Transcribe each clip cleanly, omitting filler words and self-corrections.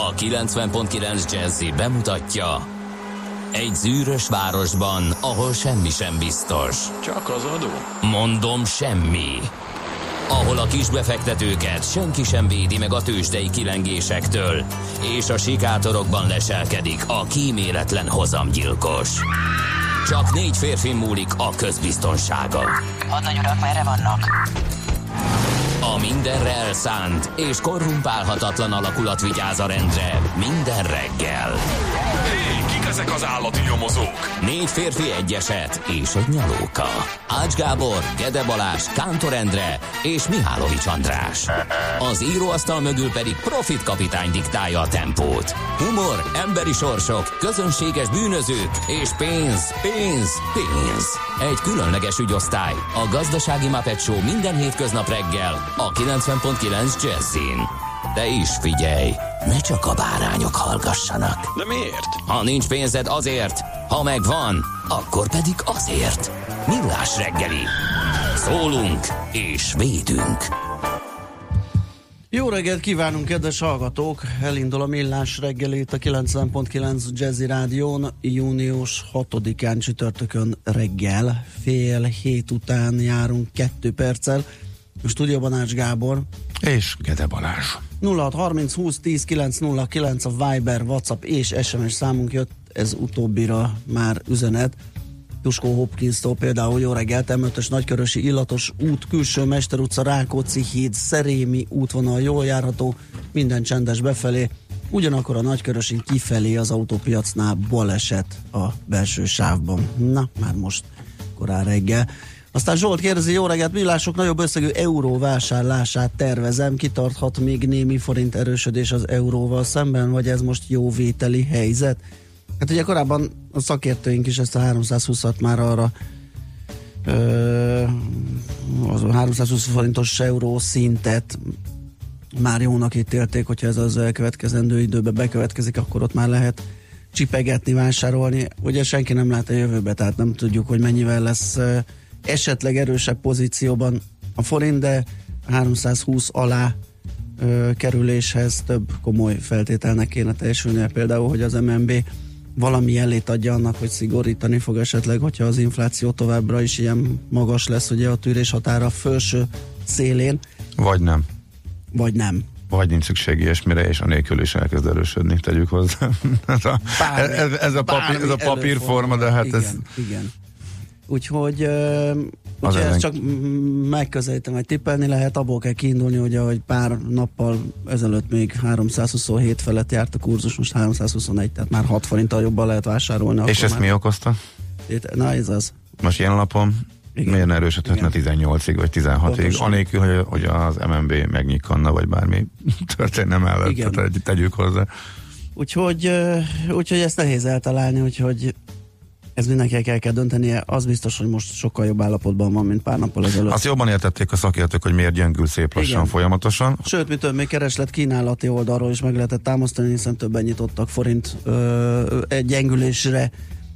A 90.9 Jazzy bemutatja: egy zűrös városban, ahol semmi sem biztos. Csak az adó? Mondom, semmi. Ahol a kisbefektetőket senki sem védi meg a tőzsdei kilengésektől, és a sikátorokban leselkedik a kíméletlen hozamgyilkos. Csak 4 férfi múlik a közbiztonsága. Hadnagy urak, merre vannak? A mindenre elszánt és korrumpálhatatlan alakulat vigyáz a rendre minden reggel. Hé, kik ezek az állati nyomozók? 4 férfi, egy eset és egy nyalóka. Ács Gábor, Gede Balázs, Kántor Endre és Mihálovics András. Az íróasztal mögül pedig Profit kapitány diktálja a tempót. Humor, emberi sorsok, közönséges bűnözők és pénz, pénz, pénz. Egy különleges ügyosztály, a Gazdasági Muppet Show minden hétköznap reggel a 90.9 Jazzin. De is figyelj, ne csak a bárányok hallgassanak. De miért? Ha nincs pénzed, azért, ha megvan, akkor pedig azért. Millás reggeli. Szólunk és védünk. Jó reggelt kívánunk, kedves hallgatók! Elindul a Millás reggelét a 90.9 Jazzy Rádión, június 6-án csütörtökön reggel, 6:30 után járunk 2 perccel. A stúdióban Ács Gábor és Gede Balázs. 0630 20 10 909 a Viber, WhatsApp és SMS számunk jött, ez utóbbira már üzenet. Tuskó Hopkins-tól például: jó reggelt, M5-ös Nagykörösi Illatos út, Külső Mester utca, Rákóczi híd, Szerémi útvonal jól járható, minden csendes befelé, ugyanakkor a Nagykörösin kifelé az autópiacnál baleset a belső sávban. Na, már most korán reggel. Aztán Zsolt kérdezi: jó reggelt, millások, nagyobb összegű euró vásárlását tervezem, kitarthat még némi forint erősödés az euróval szemben, vagy ez most jó vételi helyzet? Hát ugye korábban a szakértőink is ezt a 320-at már arra az 320 forintos euró szintet már jónak ítélték, hogyha ez az elkövetkezendő időben bekövetkezik, akkor ott már lehet csipegetni, vásárolni. Ugye senki nem lát a jövőbe, tehát nem tudjuk, hogy mennyivel lesz esetleg erősebb pozícióban a forint, de 320 alá kerüléshez több komoly feltételnek kéne teljesülnie, például, hogy az MNB valami jelét adja annak, hogy szigorítani fog esetleg, hogyha az infláció továbbra is ilyen magas lesz, ugye a tűrés határa felső szélén. Vagy nem. Vagy nem. Vagy nincs szükség ilyesmire, és anélkül is elkezd erősödni, tegyük hozzá. ez a papírforma, de hát igen, ez... Igen. Úgyhogy ezt csak megközelítem, hogy tippelni lehet, abból kell kiindulni, hogy ahogy pár nappal ezelőtt még 327 felett járt a kurzus, most 321, tehát már 6 forinttal jobban lehet vásárolni. És ezt mi okozta? Na ez az. Most ilyen napon miért erősödhetne 18-ig vagy 16-ig, anélkül, hogy az MNB megnyikanna, vagy bármi történne mellett, tehát tegyük hozzá. Úgyhogy ezt nehéz eltalálni, úgyhogy ez mindenkinek el kell döntenie. Az biztos, hogy most sokkal jobb állapotban van, mint pár nappal ezelőtt. Azt jobban értették a szakértők, hogy miért gyengül szép lassan, folyamatosan. Sőt, mi több, még kereslet kínálati oldalról is meg lehetett támasztani, hiszen többen nyitottak forint gyengülésre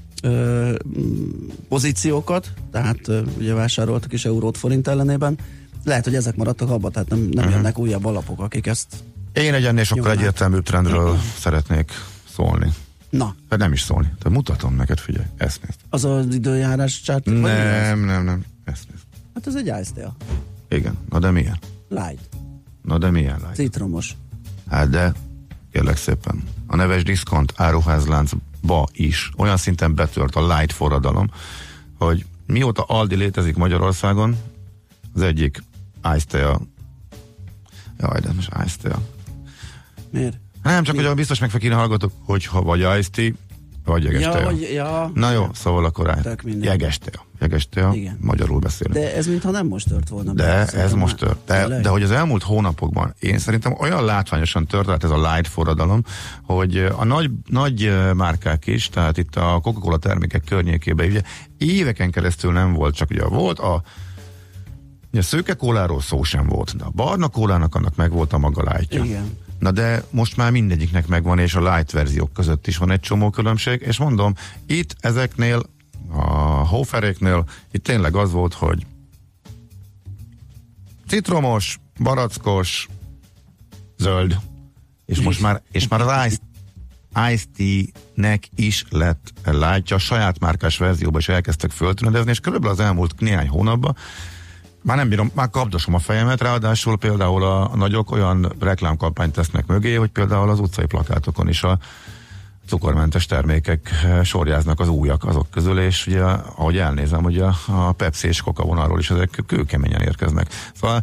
pozíciókat, tehát ugye vásároltak is eurót forint ellenében. Lehet, hogy ezek maradtak abba, tehát nem jönnek újabb alapok, akik ezt... Én egy ennél sokkal egyértelműbb trendről szeretnék szólni. Na. Hát nem is szólni. Te mutatom neked, figyelj, ezt nézd. Az az időjárás csárt? Nem. Ezt nézd. Hát ez egy ice-tea. Igen. Na de milyen? Light. Na de milyen light? Citromos. Hát de, kérlek szépen, a neves diszkont áruházláncba is olyan szinten betört a light forradalom, hogy mióta Aldi létezik Magyarországon, az egyik ice-tea. Jaj, de most ice-tea. Miért? Nem, csak hogy biztos meg fel kéne hallgatok, hogyha vagy iced tea, vagy jeges tea. Na jó, szóval akkor jeges tea, magyarul beszélünk. De ez mintha nem most tört volna. De ez most tört. De hogy az elmúlt hónapokban én szerintem olyan látványosan tört át ez a light forradalom, hogy a nagy márkák is, tehát itt a Coca-Cola termékek környékében ugye éveken keresztül nem volt, csak ugye volt a szőke kóláról szó sem volt, de a barna kólának annak meg volt a maga lightja. Igen. Na de most már mindegyiknek megvan, és a light verziók között is van egy csomó különbség, és mondom, itt ezeknél, a Hoferéknél, itt tényleg az volt, hogy citromos, barackos, zöld, És már az Ice Tea-nek is lett lightja, saját márkás verzióban is elkezdtek föltűnedezni, és körülbelül az elmúlt néhány hónapban már nem bírom, már kapdosom a fejemet, ráadásul például a nagyok olyan reklámkampányt tesznek mögé, hogy például az utcai plakátokon is a cukormentes termékek sorjáznak az újak azok közül, és ugye, ahogy elnézem, hogy a Pepsi és Coca vonalról is ezek kőkeményen érkeznek. Szóval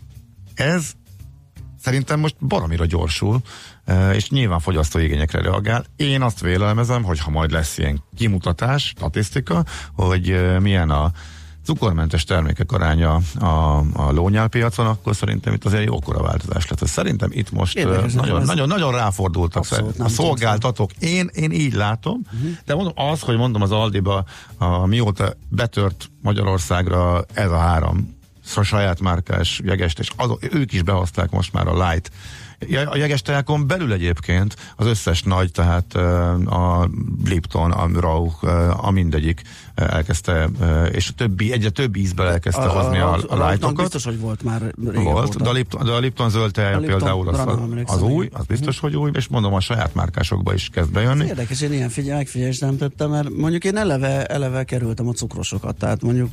ez szerintem most baromira gyorsul, és nyilván fogyasztói igényekre reagál. Én azt vélelmezem, hogy ha majd lesz ilyen kimutatás, statisztika, hogy milyen a cukormentes termékek aránya a lónyálpiacon, akkor szerintem itt azért jókora változás lett. Szerintem itt most nagyon ráfordultak a szolgáltatók. Én így látom, de mondom az Aldiba, mióta betört Magyarországra ez a 3 saját márkás jegest, és ők is behozták most már a Light. A jegestejákon belül egyébként az összes nagy, tehát a Lipton, a Rauch, a mindegyik elkezdte, és egyre több ízben elkezdte hozni a Lightokat. Biztos, hogy volt már régen. Volt, de a Lipton zöld teája például az új, az biztos, hogy új, és mondom, a saját márkásokba is kezd bejönni. Ez érdekes, én ilyen megfigyelést nem tettem, mert mondjuk én eleve kerültem a cukrosokat, tehát mondjuk...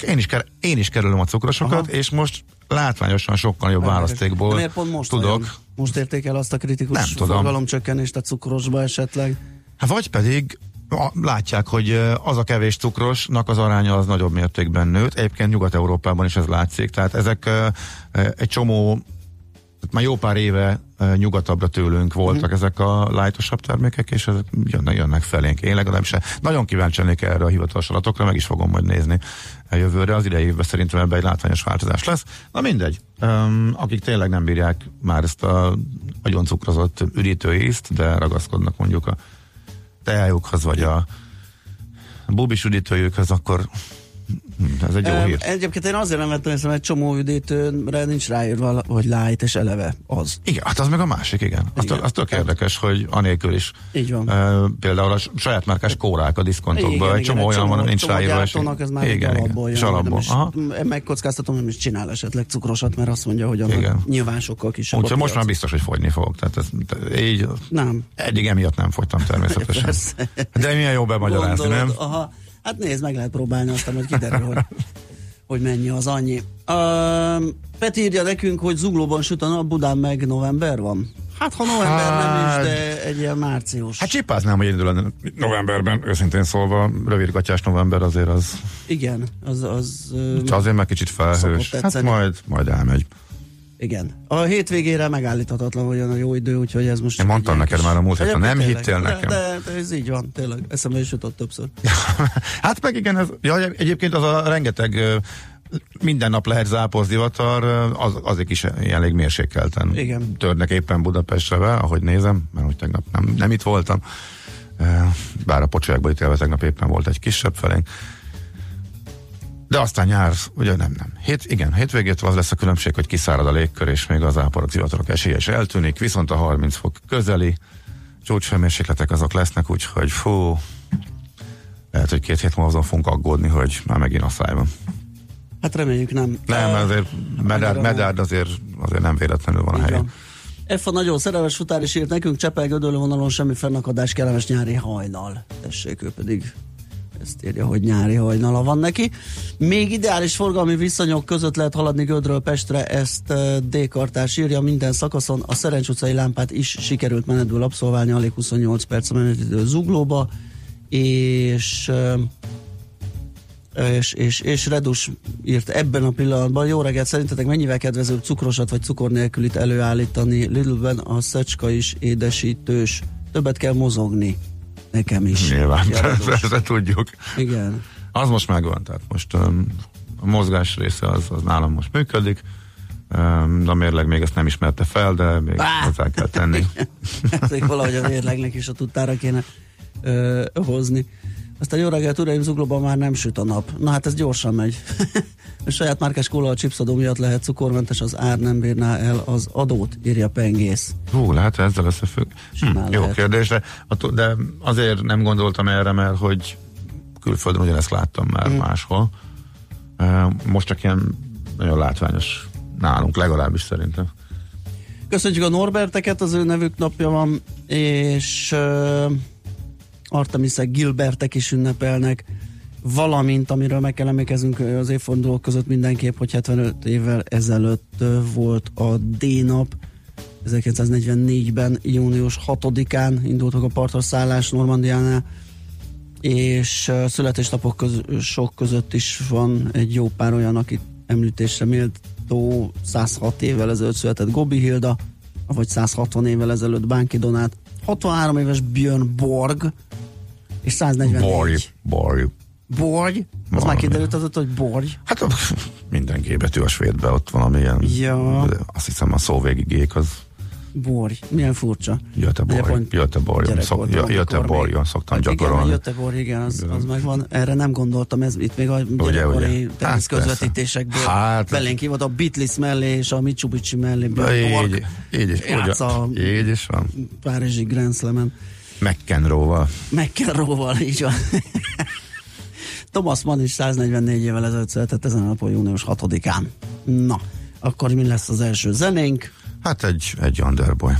Én is kerülöm a cukrosokat, és most látványosan sokkal jobb választékból miért pont most tudok. Most érték el azt a kritikus forgalomcsökkenést a cukrosba esetleg? Hát vagy pedig látják, hogy az a kevés cukrosnak az aránya az nagyobb mértékben nőtt. Egyébként Nyugat-Európában is ez látszik. Tehát ezek egy csomó, már jó pár éve nyugatabbra tőlünk voltak ezek a lightosabb termékek, és ezek jönnek felénk. Én legalábbis nagyon kíváncsi lennék erre a hivatalos adatokra, meg is fogom majd nézni a jövőre. Az idei évben szerintem ebben egy látványos változás lesz. Na mindegy, akik tényleg nem bírják már ezt a nagyon cukrozott üdítőízt, de ragaszkodnak mondjuk a teájukhoz, vagy a bubis üdítőjükhöz, akkor ez egy jó hír. Egyébként én azért nem vettem észre, mert egy csomó üdítőre nincs ráírva, hogy light, és eleve az. Igen, hát az meg a másik, igen. Az tök érdekes, hogy anélkül is. Így van. Például a saját márkás kórák a diszkontokban, egy csomó olyan van, nincs ráírva. Ez már alapból jön. Megkockáztatom, nem is csinál esetleg cukrosat, mert azt mondja, hogy annak nyilván sokkal kisebb. Úgyhogy most már biztos, hogy fogyni fog. Tehát így nem. Eddig emiatt nem fogytam természetesen. De milyen jó bemagyarázni, nem? Aha. Hát nézd, meg lehet próbálni, aztán majd kiderül, hogy mennyi az annyi. Peti írja nekünk, hogy Zuglóban süt a nap, Budán meg november van. Hát ha november nem is, de egy ilyen március. Hát csipáznám, hogy indul novemberben, őszintén szólva, rövidgatjás november azért az... Igen, az azért meg kicsit felhős. Hát majd elmegy. Igen. A hétvégére megállíthatatlan, hogy jön a jó idő, úgyhogy ez most... Én mondtam neked már a múlt héten, nem hittél nekem. De ez így van, tényleg. Eszembe is jutott többször. Hát meg igen, egyébként az a rengeteg minden nap lehet zápordivatar, azok is elég mérsékelten törnek éppen Budapestre, ahogy nézem, mert úgy tegnap nem itt voltam. Bár a pocsolyákba ítélve tegnap éppen volt egy kisebb felénk. De aztán nyár, ugye nem. Hétvégétől az lesz a különbség, hogy kiszárad a légkör, és még az záporok, zivatarok esélye is eltűnik, viszont a 30 fok közeli csúcshőmérsékletek azok lesznek, úgyhogy lehet, hogy 2 hét múlva azon fogunk aggódni, hogy már megint a szájban. Hát reméljük nem. Nem, azért medárd azért nem véletlenül van a helyen. F a nagyon szerelmes futár is írt nekünk, Csepel-Gödöllő vonalon semmi fennakadás, kellemes nyári hajnal. Tessék, ő pedig ezt írja, hogy nyári hajnala van neki. Még ideális forgalmi viszonyok között lehet haladni Gödről Pestre, ezt D-kartás írja minden szakaszon. A Szerencs utcai lámpát is sikerült menetből abszolválni, alig 28 perc a menetidő Zuglóba, és Redus írt ebben a pillanatban: jó reggelt, szerintetek mennyivel kedvezőbb cukrosat vagy cukor nélkülit előállítani? Lidlben a szecska is édesítős, többet kell mozogni. Nekem is. Nyilván, ezt tudjuk. Igen. Az most megvan, tehát most a mozgás része az nálam most működik, de a mérleg még ezt nem ismerte fel, de még hozzá kell tenni. Még valahogy a mérlegnek is a tudtára kéne hozni. Aztán jó reggelt, uraim, Zuglóban már nem süt a nap. Na hát ez gyorsan megy. A saját márkás kóla a chipsadó miatt lehet cukormentes, az ár nem bírná el az adót, írja Pengész. Lehet ezzel összefügg. Jó kérdés, de azért nem gondoltam erre, mert hogy külföldön ugyanezt láttam már máshol. Most csak ilyen nagyon látványos nálunk, legalábbis szerintem. Köszönjük a Norberteket, az ő nevük napja van, és Artemisek, Gilbertek is ünnepelnek, valamint, amiről meg kell emlékeznünk az évfordulók között mindenképp, hogy 75 évvel ezelőtt volt a D-nap. 1944-ben, június 6-án indultak a partra szállás Normandiánál, és születésnapok sok között is van egy jó pár olyan, akit említésre méltó. 106 évvel ezelőtt született Gobi Hilda, vagy 160 évvel ezelőtt Bánki Donát, 63 éves Björn Borg, és 144. Borg? Az már kiderült az, hogy Borg. Hát minden G betű a svédbe, ott valamilyen, ja. Azt hiszem a szó végig G-k az. Borg, milyen furcsa. Göteborg, szoktam gyakorolni. Göteborg, igen, az megvan. Erre nem gondoltam, ez itt még a gyerekkori tenisz közvetítésekből belénk hívott a Beatles mellé és a Mitsubishi mellé. Így is van. Párizsi Grand Slam-en. McEnroe-val, így van. Thomas Mann is 144 évvel ezelőtt született ezen a napon, június 6-án. Na, akkor mi lesz az első zenénk? Hát egy Underboy.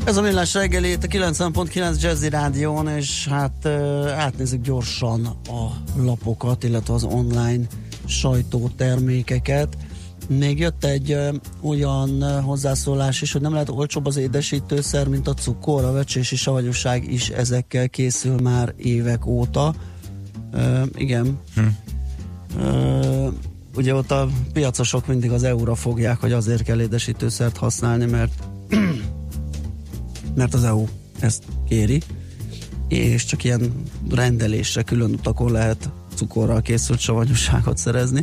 Ez a Millás reggeli, itt a 90.9 Jazzy Rádión, és hát átnézzük gyorsan a lapokat, illetve az online sajtótermékeket. Még jött egy olyan hozzászólás is, hogy nem lehet olcsóbb az édesítőszer, mint a cukor, a vecsési savanyúság is ezekkel készül már évek óta. Igen. Ugye ott a piacosok mindig az EU-ra fogják, hogy azért kell édesítőszert használni, mert az EU ezt kéri, és csak ilyen rendelésre külön utakon lehet cukorral készült savanyúságot szerezni.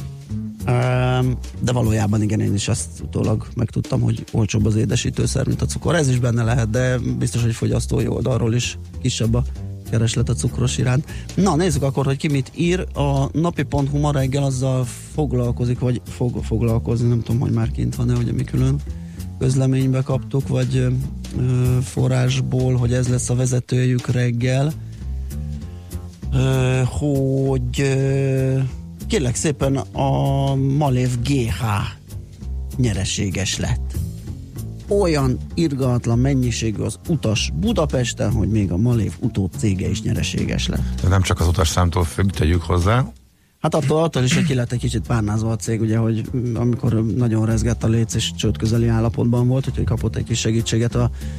De valójában igen, én is azt utólag megtudtam, hogy olcsóbb az édesítőszer, mint a cukor. Ez is benne lehet, de biztos, hogy fogyasztói oldalról is kisebb a kereslet a cukros iránt. Na, nézzük akkor, hogy ki mit ír. A napi.hu ma reggel azzal foglalkozik, vagy fog foglalkozni, nem tudom, hogy már kint van-e, hogy mi külön közleménybe kaptuk, vagy forrásból, hogy ez lesz a vezetőjük reggel, hogy kérlek szépen a Malév GH nyereséges lett. Olyan irgalmatlan mennyiségű az utas Budapesten, hogy még a Malév utócége is nyereséges lett. De nem csak az utasszámtól függ, tegyük hozzá. Hát attól is, hogy ki lett egy kicsit párnázva a cég, ugye, hogy amikor nagyon rezgett a léc és csőd közeli állapotban volt, úgyhogy kapott egy kis segítséget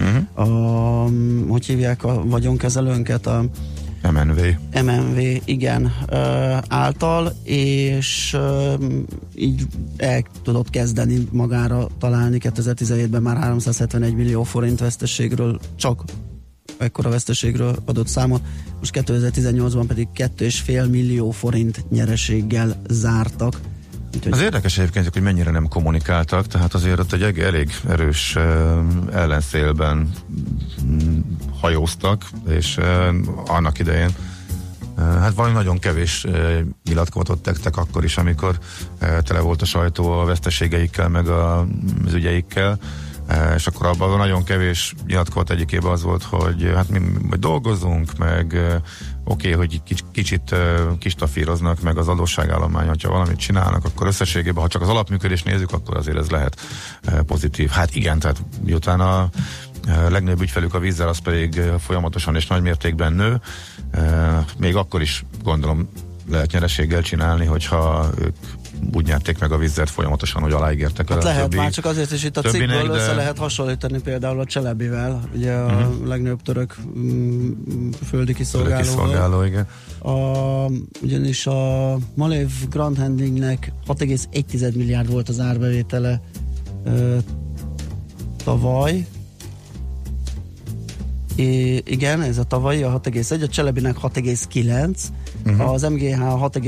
hogy hívják a vagyonkezelőnket, a MNV, igen, által, és így el tudott kezdeni magára találni. 2017-ben már 371 millió forint veszteségről, csak ekkora veszteségről adott számot, most 2018-ban pedig 2,5 millió forint nyereséggel zártak. Úgyhogy... Az érdekes egyébként, hogy mennyire nem kommunikáltak, tehát azért ott egy elég erős ellenszélben hajóztak, és annak idején hát valami nagyon kevés nyilatkozatot tettek akkor is, amikor tele volt a sajtó a veszteségeikkel, meg az ügyeikkel, és akkor abban nagyon kevés nyilatkozat egyikében az volt, hogy hát mi majd dolgozunk, meg oké, hogy kicsit kistafíroznak, meg az adósságállomány, hogyha valamit csinálnak, akkor összességében, ha csak az alapműködést nézzük, akkor azért ez lehet pozitív. Hát igen, tehát miután a legnagyobb ügyfelük a vízzel, az pedig folyamatosan és nagy mértékben nő, még akkor is gondolom lehet nyereséggel csinálni, hogyha ők úgy nyerték meg a vízzel folyamatosan, hogy aláígértek. Hát lehet, már csak azért is itt a cikkből össze lehet hasonlítani például a Celebivel, ugye a legnagyobb török földi kiszolgáló, igen. Ugyanis a Malév Grand Handlingnek 6,1 milliárd volt az árbevétele tavaly. Igen, ez a tavalyi, a 6,1, a Celebinek 6,9, az MGH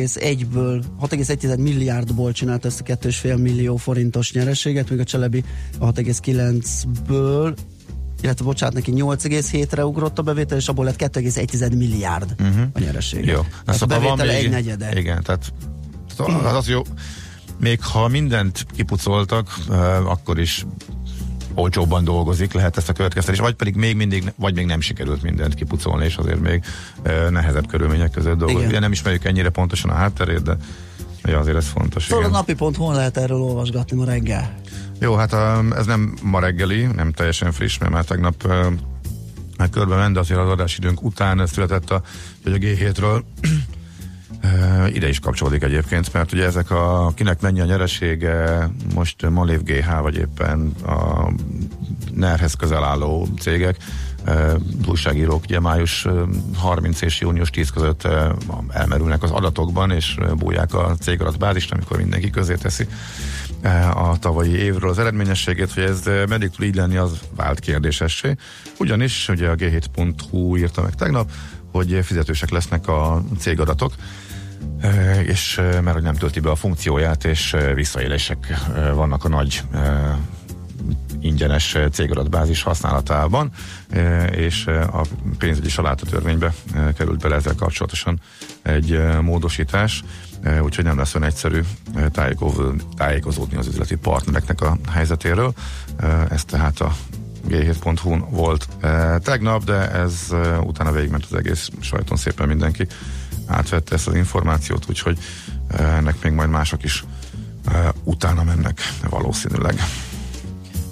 6,1 milliárdból csinált ezt a 2,5 millió forintos nyereséget, míg a Celebi a 6,9-ből, illetve bocsánat, neki 8,7-re ugrott a bevétel, és abból lett 2,1 milliárd a nyereség. Jó. A bevétel egy negyede. Igen, tehát az jó. Még ha mindent kipucoltak, akkor is olcsóbban dolgozik, lehet ezt a következtetés, vagy pedig még nem sikerült mindent kipucolni, és azért még nehezebb körülmények között dolgozik. Ugye nem ismerjük ennyire pontosan a hátterét, de ja, azért ez fontos. Szóval a napi.hu lehet erről olvasgatni ma reggel. Jó, hát ez nem ma reggeli, nem teljesen friss, mert már tegnap körbe ment, de azért az adásidőnk után született a G7-ről. Ide is kapcsolódik egyébként, mert ugye ezek kinek mennyi a nyeresége, most Malév GH, vagy éppen a NER-hez közel álló cégek, újságírók ugye május 30 és június 10 között elmerülnek az adatokban, és bújják a cégadatbázist, amikor mindenki közé teszi a tavalyi évről az eredményességét, hogy ez meddig tud így lenni, az vált kérdésessé. Ugyanis ugye a G7.hu írta meg tegnap, hogy fizetősek lesznek a cégadatok, és mert hogy nem tölti be a funkcióját, és visszaélések vannak a nagy ingyenes cégadatbázis használatában, és a pénzügyi salátatörvénybe került bele ezzel kapcsolatosan egy módosítás, úgyhogy nem lesz olyan egyszerű tájékozódni az üzleti partnereknek a helyzetéről. Ez tehát a G7.hu-n volt tegnap, de ez utána végigment az egész sajton, szépen mindenki átvette ezt az információt, úgyhogy ennek még majd mások is utána mennek valószínűleg.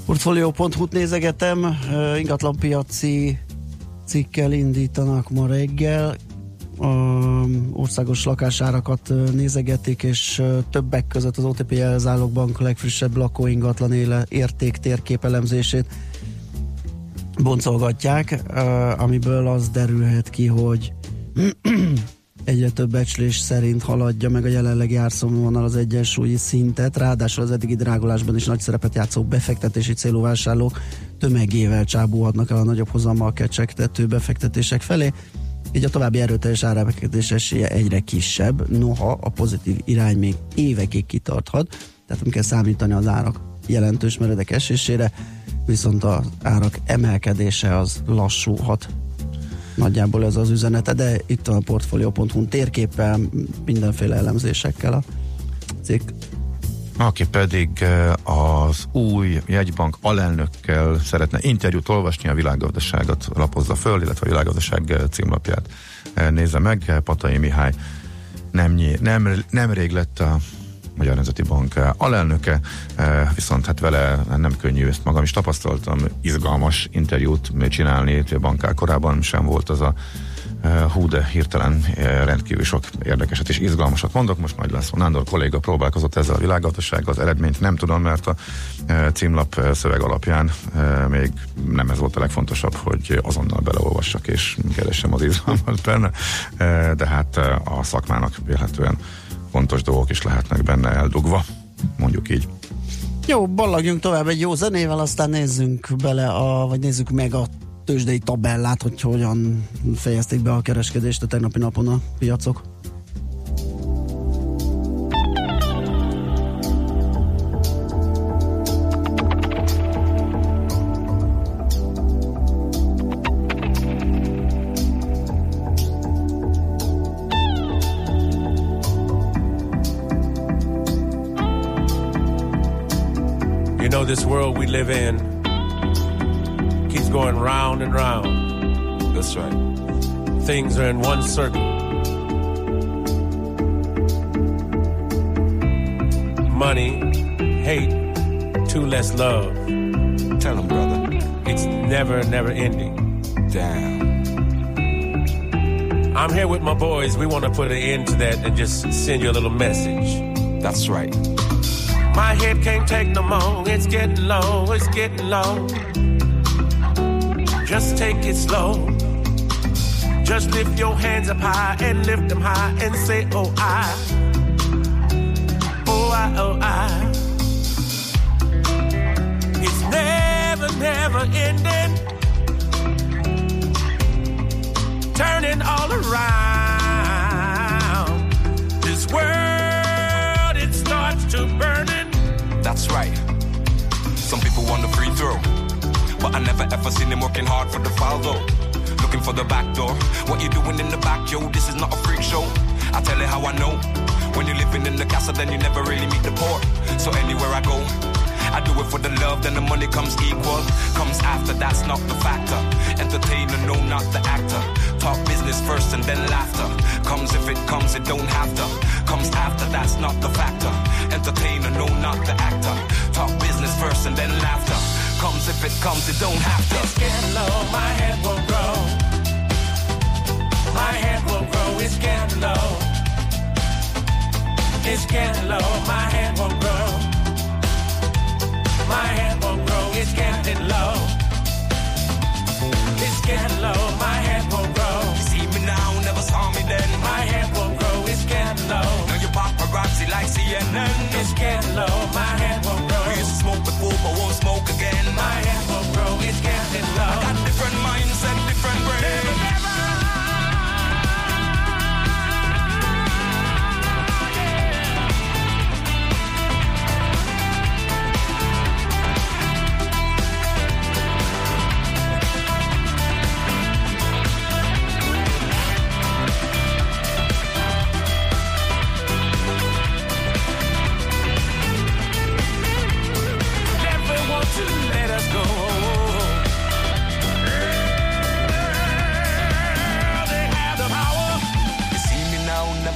Portfolio.hu-t nézegetem, ingatlanpiaci cikkel indítanak ma reggel, országos lakásárakat nézegetik, és többek között az OTP Jelzálogbank legfrissebb lakóingatlan érték térképelemzését boncolgatják, amiből az derülhet ki, hogy egyre több becslés szerint haladja meg a jelenlegi árszínvonal az egyensúlyi szintet, ráadásul az eddigi drágulásban is nagy szerepet játszó befektetési célú vásárlók tömegével csábulhatnak el a nagyobb hozammal kecsegtető befektetések felé, így a további erőteljes áremelkedés esélye egyre kisebb, noha a pozitív irány még évekig kitarthat, tehát nem kell számítani az árak jelentős meredek esésére, viszont az árak emelkedése az lassulhat. Nagyjából ez az üzenete, de itt a Portfolio.hu térképpel, mindenféle elemzésekkel a cikk. Aki pedig az új jegybank alelnökkel szeretne interjút olvasni, a Világgazdaságot lapozza föl, illetve a Világgazdaság címlapját nézze meg. Patai Mihály nemrég lett a Magyar Nemzeti Bank alelnöke, viszont hát vele nem könnyű, ezt magam is tapasztaltam, izgalmas interjút csinálni, a bankál korábban sem volt az a hú, de hirtelen rendkívül sok érdekeset és izgalmasat mondok. Most Nagy László Nándor kolléga próbálkozott ezzel a Világgazdasággal, az eredményt nem tudom, mert a címlap szöveg alapján még nem ez volt a legfontosabb, hogy azonnal beleolvassak és keressem az izgalmat benne, de hát a szakmának vélhetően fontos dolgok is lehetnek benne eldugva, mondjuk így. Jó, ballagjunk tovább egy jó zenével, aztán nézzünk bele, vagy nézzük meg a tőzsdei tabellát, hogy hogyan fejezték be a kereskedést a tegnapi napon a piacok. You know, this world we live in keeps going round and round. That's right. Things are in one circle. Money, hate, two less love. Tell him, brother. It's never ending. Damn. I'm here with my boys. We want to put an end to that and just send you a little message. That's right. My head can't take no more. It's getting low, it's getting low. Just take it slow. Just lift your hands up high and lift them high and say, oh, I. Oh, I, oh, I. It's never ending. Turning all around. This world, it starts to burning. That's right. Some people want the free throw, but I never ever seen them working hard for the foul though. Looking for the back door. What you doing in the back, yo? This is not a freak show. I tell you how I know. When you're living in the castle, then you never really meet the poor. So anywhere I go, I do it for the love, then the money comes equal. Comes after, that's not the factor. Entertainer, no, not the actor. Talk business first and then laughter. Comes if it comes, it don't have to. Comes after, that's not the factor. Entertainer, no, not the actor. Talk business first and then laughter. Comes if it comes, it don't have to. It's getting low, my head won't grow. My head won't grow, it's getting low. It's getting low, my head won't grow. My head won't grow, it's getting low. It's getting low, my head won't grow. You see me now, never saw me then. My head won't grow, it's getting low. Now you paparazzi like CNN. It's getting low, my head won't grow. We used to smoke before, but won't smoke again. My head won't grow, it's getting low. I got different mindset, different brain.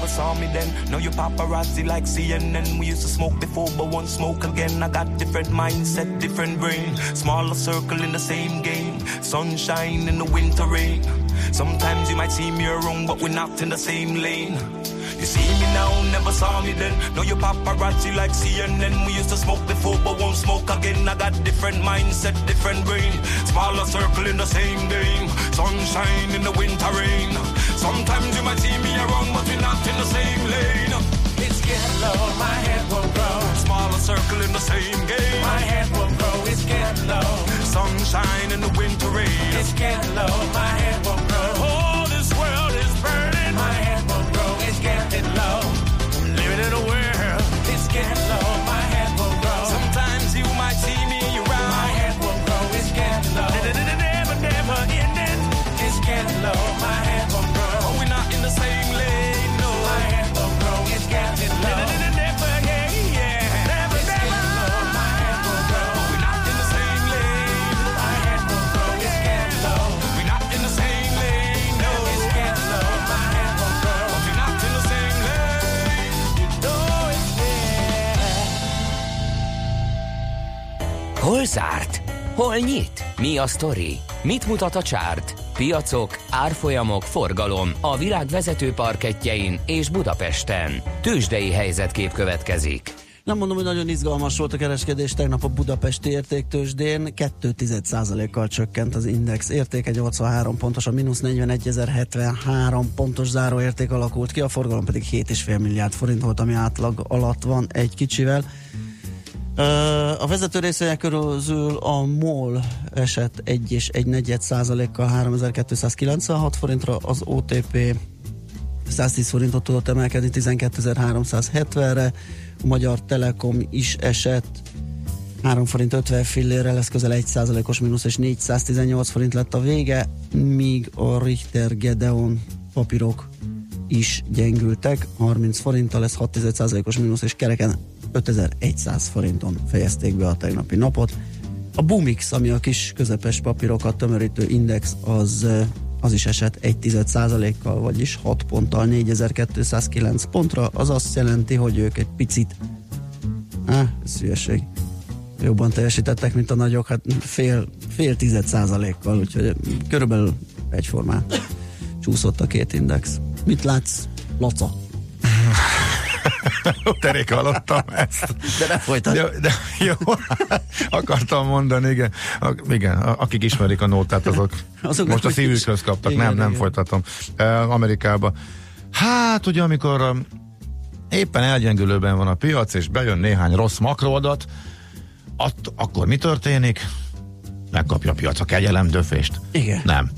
saw me then. Now you paparazzi like CNN. We used to smoke before, but won't smoke again. I got different mindset, different brain. Smaller circle in the same game. Sunshine in the winter rain. Sometimes you might see me around, but we're not in the same lane. You see me now, never saw me then. Now you paparazzi like CNN. We used to smoke before, but won't smoke again. I got different mindset, different brain. Smaller circle in the same game. Sunshine in the winter rain. Sometimes you might see me around, but we're not in the same lane. It's getting low, my head won't grow. Smaller circle in the same game. My head won't grow, it's getting low. Sunshine in the winter rain. It's getting low, my head won't grow. Oh, this world is burning. My head won't grow, it's getting low. Living in a world. It's getting low, my head won't grow. Sometimes you might see me around. My head won't grow, it's getting low. Never, never ending. It's getting low, my head won't grow. Oh, we're not in the same lane, no. My head won't grow, it's getting low. Never, yeah. Never, It's getting low, my head won't grow. We're not in the same lane. My head won't grow, it's getting low. We're not in the same lane, no. It's getting low, my head won't grow. We're not in the same lane. You know it's there. Hol zárt? Hol nyit? Mi a sztori? Mit mutat a csárt? Piacok, árfolyamok, forgalom a világ vezető parkettjein és Budapesten. Tőzsdei helyzetkép következik. Nem mondom, hogy nagyon izgalmas volt a kereskedés tegnap a budapesti értéktőzsdén. 2,1%-kal csökkent az index értéke, 83 pontos, a mínusz 41.073 pontos záróérték alakult ki, a forgalom pedig 7,5 milliárd forint volt, ami átlag alatt van egy kicsivel. A vezető részvények közül a MOL esett 1,1%-kal 3296 forintra, az OTP 110 forintot tudott emelkedni 12.370-re, a Magyar Telekom is esett 3 forint 50 fillérrel, ez közel 1%-os mínusz, és 418 forint lett a vége, míg a Richter Gedeon papírok is gyengültek, 30 forinttal, ez 6%-os mínusz, és kereken 5100 forinton fejezték be a tegnapi napot. A Bumix, ami a kis közepes papírokat tömörítő index, az is esett 1,1%-kal, vagyis 6 ponttal 4209 pontra, az azt jelenti, hogy ők egy picit ez hülyeség, jobban teljesítettek, mint a nagyok, hát fél 10%-kal, úgyhogy körülbelül egyformán csúszott a két index. Mit látsz, Laca? Terék hallottam ezt. De ne folytasd. De jó, akartam mondani, igen, akik ismerik a nótát, azok most a szívükhöz kaptak. Igen, nem folytatom. Amerikába. Hát ugye, amikor éppen elgyengülőben van a piac, és bejön néhány rossz makroadat, akkor mi történik? Megkapja a piac a kegyelemdöfést? Igen. Nem.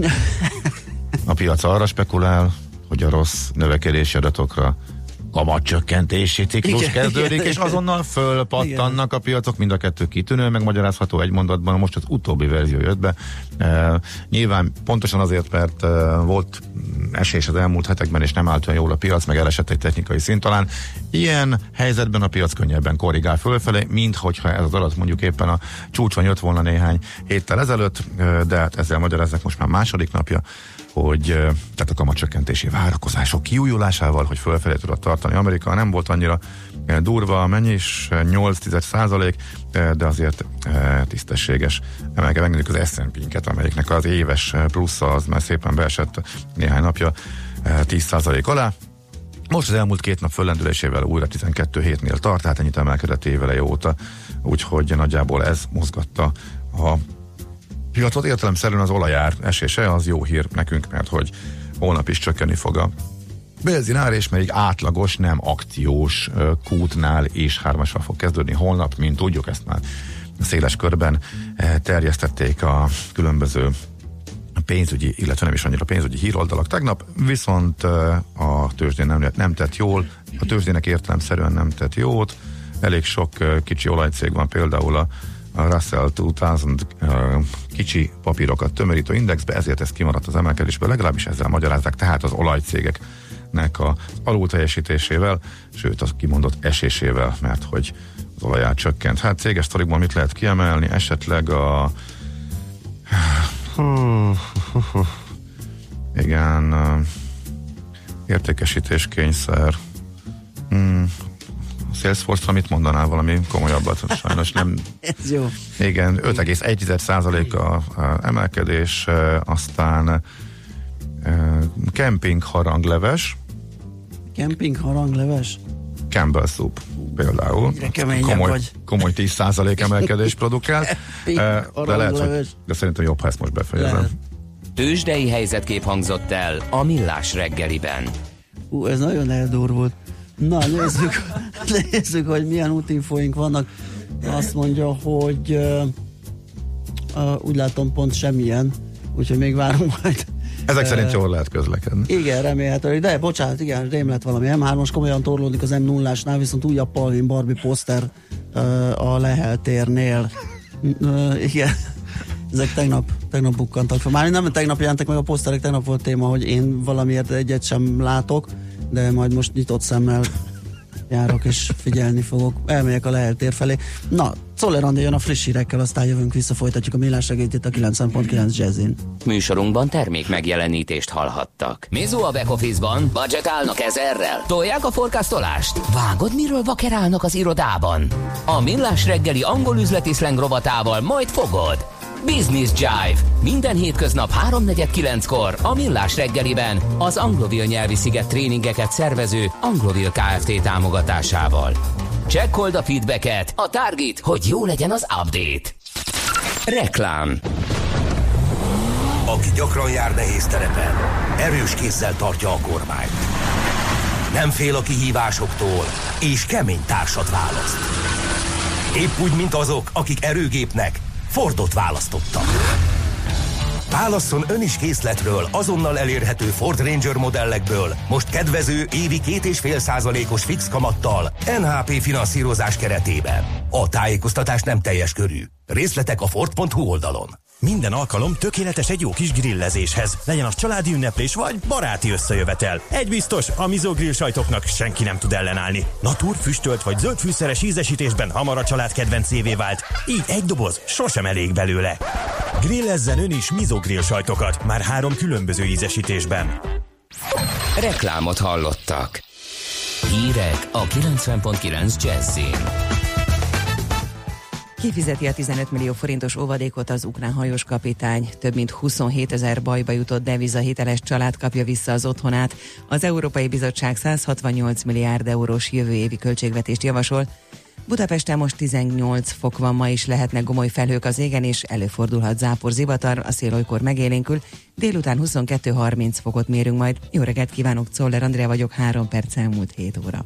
A piac arra spekulál, hogy a rossz növekedési adatokra kamatcsökkentési ciklus kezdődik, és azonnal fölpattannak a piacok, mind a kettő kitűnő, megmagyarázható egy mondatban, most az utóbbi verzió jött be. Nyilván pontosan azért, mert volt esés az elmúlt hetekben, és nem állt olyan jól a piac, meg elesett egy technikai szint talán. Ilyen helyzetben a piac könnyebben korrigál fölfelé, mint hogyha ez az adat mondjuk éppen a csúcson jött volna néhány héttel ezelőtt, de hát ezzel magyarázzák most már második napja, hogy tehát a kamatcsökkentési várakozások kiújulásával, hogy fölfelé tudott tartani Amerika, nem volt annyira durva, mennyi is, 8%, de azért tisztességes. Megnézzük az S&P-nket, amelyiknek az éves plusza az már szépen beesett néhány napja 10% alá. Most az elmúlt 2 nap föllendülésével újra 12 hétnél tart, tehát ennyit emelkedett éveleje óta, úgyhogy nagyjából ez mozgatta a piacot. Értelemszerűen az olajár esése az jó hír nekünk, mert hogy holnap is csökkenni fog a benzinár, és még átlagos, nem akciós kútnál is 3-asra fog kezdődni holnap, mint tudjuk, ezt már széles körben terjesztették a különböző pénzügyi, illetve nem is annyira pénzügyi híroldalak tegnap, viszont a tőzsdén nem tett jól, a tőzsdének értelemszerűen nem tett jót, elég sok kicsi olajcég van, például a Russell 2000 kicsi papírokat tömörítő indexbe, ezért ez kimaradt az emelkedésből, legalábbis ezzel magyarázzák, tehát az olajcégeknek az alulteljesítésével, sőt az kimondott esésével, mert hogy az olajár csökkent. Hát céges sztorikból mit lehet kiemelni? Esetleg a értékesítés kényszer. Salesforce-ra mit mondanál, valami komolyabbat? Sajnos nem. Ez jó. Igen, 5,1% a emelkedés, aztán kemping harangleves. Kemping harangleves? Campbell Soup például. Komoly 10% emelkedés produkál. De lehet, de szerintem jobb, ha ezt most befejezem. Tőzsdei helyzetkép hangzott el a Millás reggeliben. Ez nagyon eldurvult. Na, nézzük, hogy milyen útinfóink vannak. Azt mondja, hogy úgy látom pont semmilyen, úgyhogy még várunk majd. Ezek szerint jól lehet közlekedni. Igen, remélhetőleg, de bocsánat, igen, rém lett valami. M3-as komolyan torlódik az M0-ásnál, viszont újabb Palvin Barbie poszter a Lehel térnél. Igen, ezek tegnap bukkantak fel. Már nem tegnap jelentek meg a poszterek, tegnap volt téma, hogy én valamiért egyet sem látok, de majd most nyitott szemmel járok és figyelni fogok. Elmegyek a Lehel tér felé. Na, Czoller Andi jön a friss hírekkel, aztán jövünk vissza, folytatjuk a Millás reggelyt itt a 90.9 Jazzin. Műsorunkban termék megjelenítést hallhattak. Mizu a back office-ban, budgetálnak 1000-rel. Tolják a forecastolást? Vágod, miről vakerálnak az irodában? A Millás reggeli angol üzleti szleng rovatával majd fogod. Business Jive. Minden hétköznap 3:49-kor a Millás reggeliben az Anglovil nyelvi sziget tréningeket szervező Anglovil Kft. Támogatásával. Csekkold a feedbacket, a target, hogy jó legyen az update. Reklám. Aki gyakran jár nehéz terepen, erős kézzel tartja a kormányt. Nem fél a kihívásoktól, és kemény társat választ. Épp úgy, mint azok, akik erőgépnek Fordot választottak. Válasszon ön is készletről azonnal elérhető Ford Ranger modellekből, most kedvező évi 2,5%-os fix kamattal NHP finanszírozás keretében. A tájékoztatás nem teljes körű. Részletek a Ford.hu oldalon. Minden alkalom tökéletes egy jó kis grillezéshez. Legyen az családi ünneplés vagy baráti összejövetel. Egy biztos, a Mizo grill sajtoknak senki nem tud ellenállni. Natur, füstölt vagy zöldfűszeres ízesítésben hamar a család kedvencévé vált. Így egy doboz sosem elég belőle. Grillezzen ön is Mizo grill sajtokat, már 3 különböző ízesítésben. Reklámot hallottak. Hírek a 90.9 Jazzin. Kifizeti a 15 millió forintos óvadékot az ukrán hajós kapitány. Több mint 27 000 bajba jutott devizahiteles család kapja vissza az otthonát. Az Európai Bizottság 168 milliárd eurós jövő évi költségvetést javasol. Budapesten most 18 fok van, ma is lehetnek gomoly felhők az égen, és előfordulhat zápor, zivatar, a szél olykor megélénkül. Délután 22-30 fokot mérünk majd. Jó reggelt kívánok, Czoller Andrea vagyok, 3 perc elmúlt 7 óra.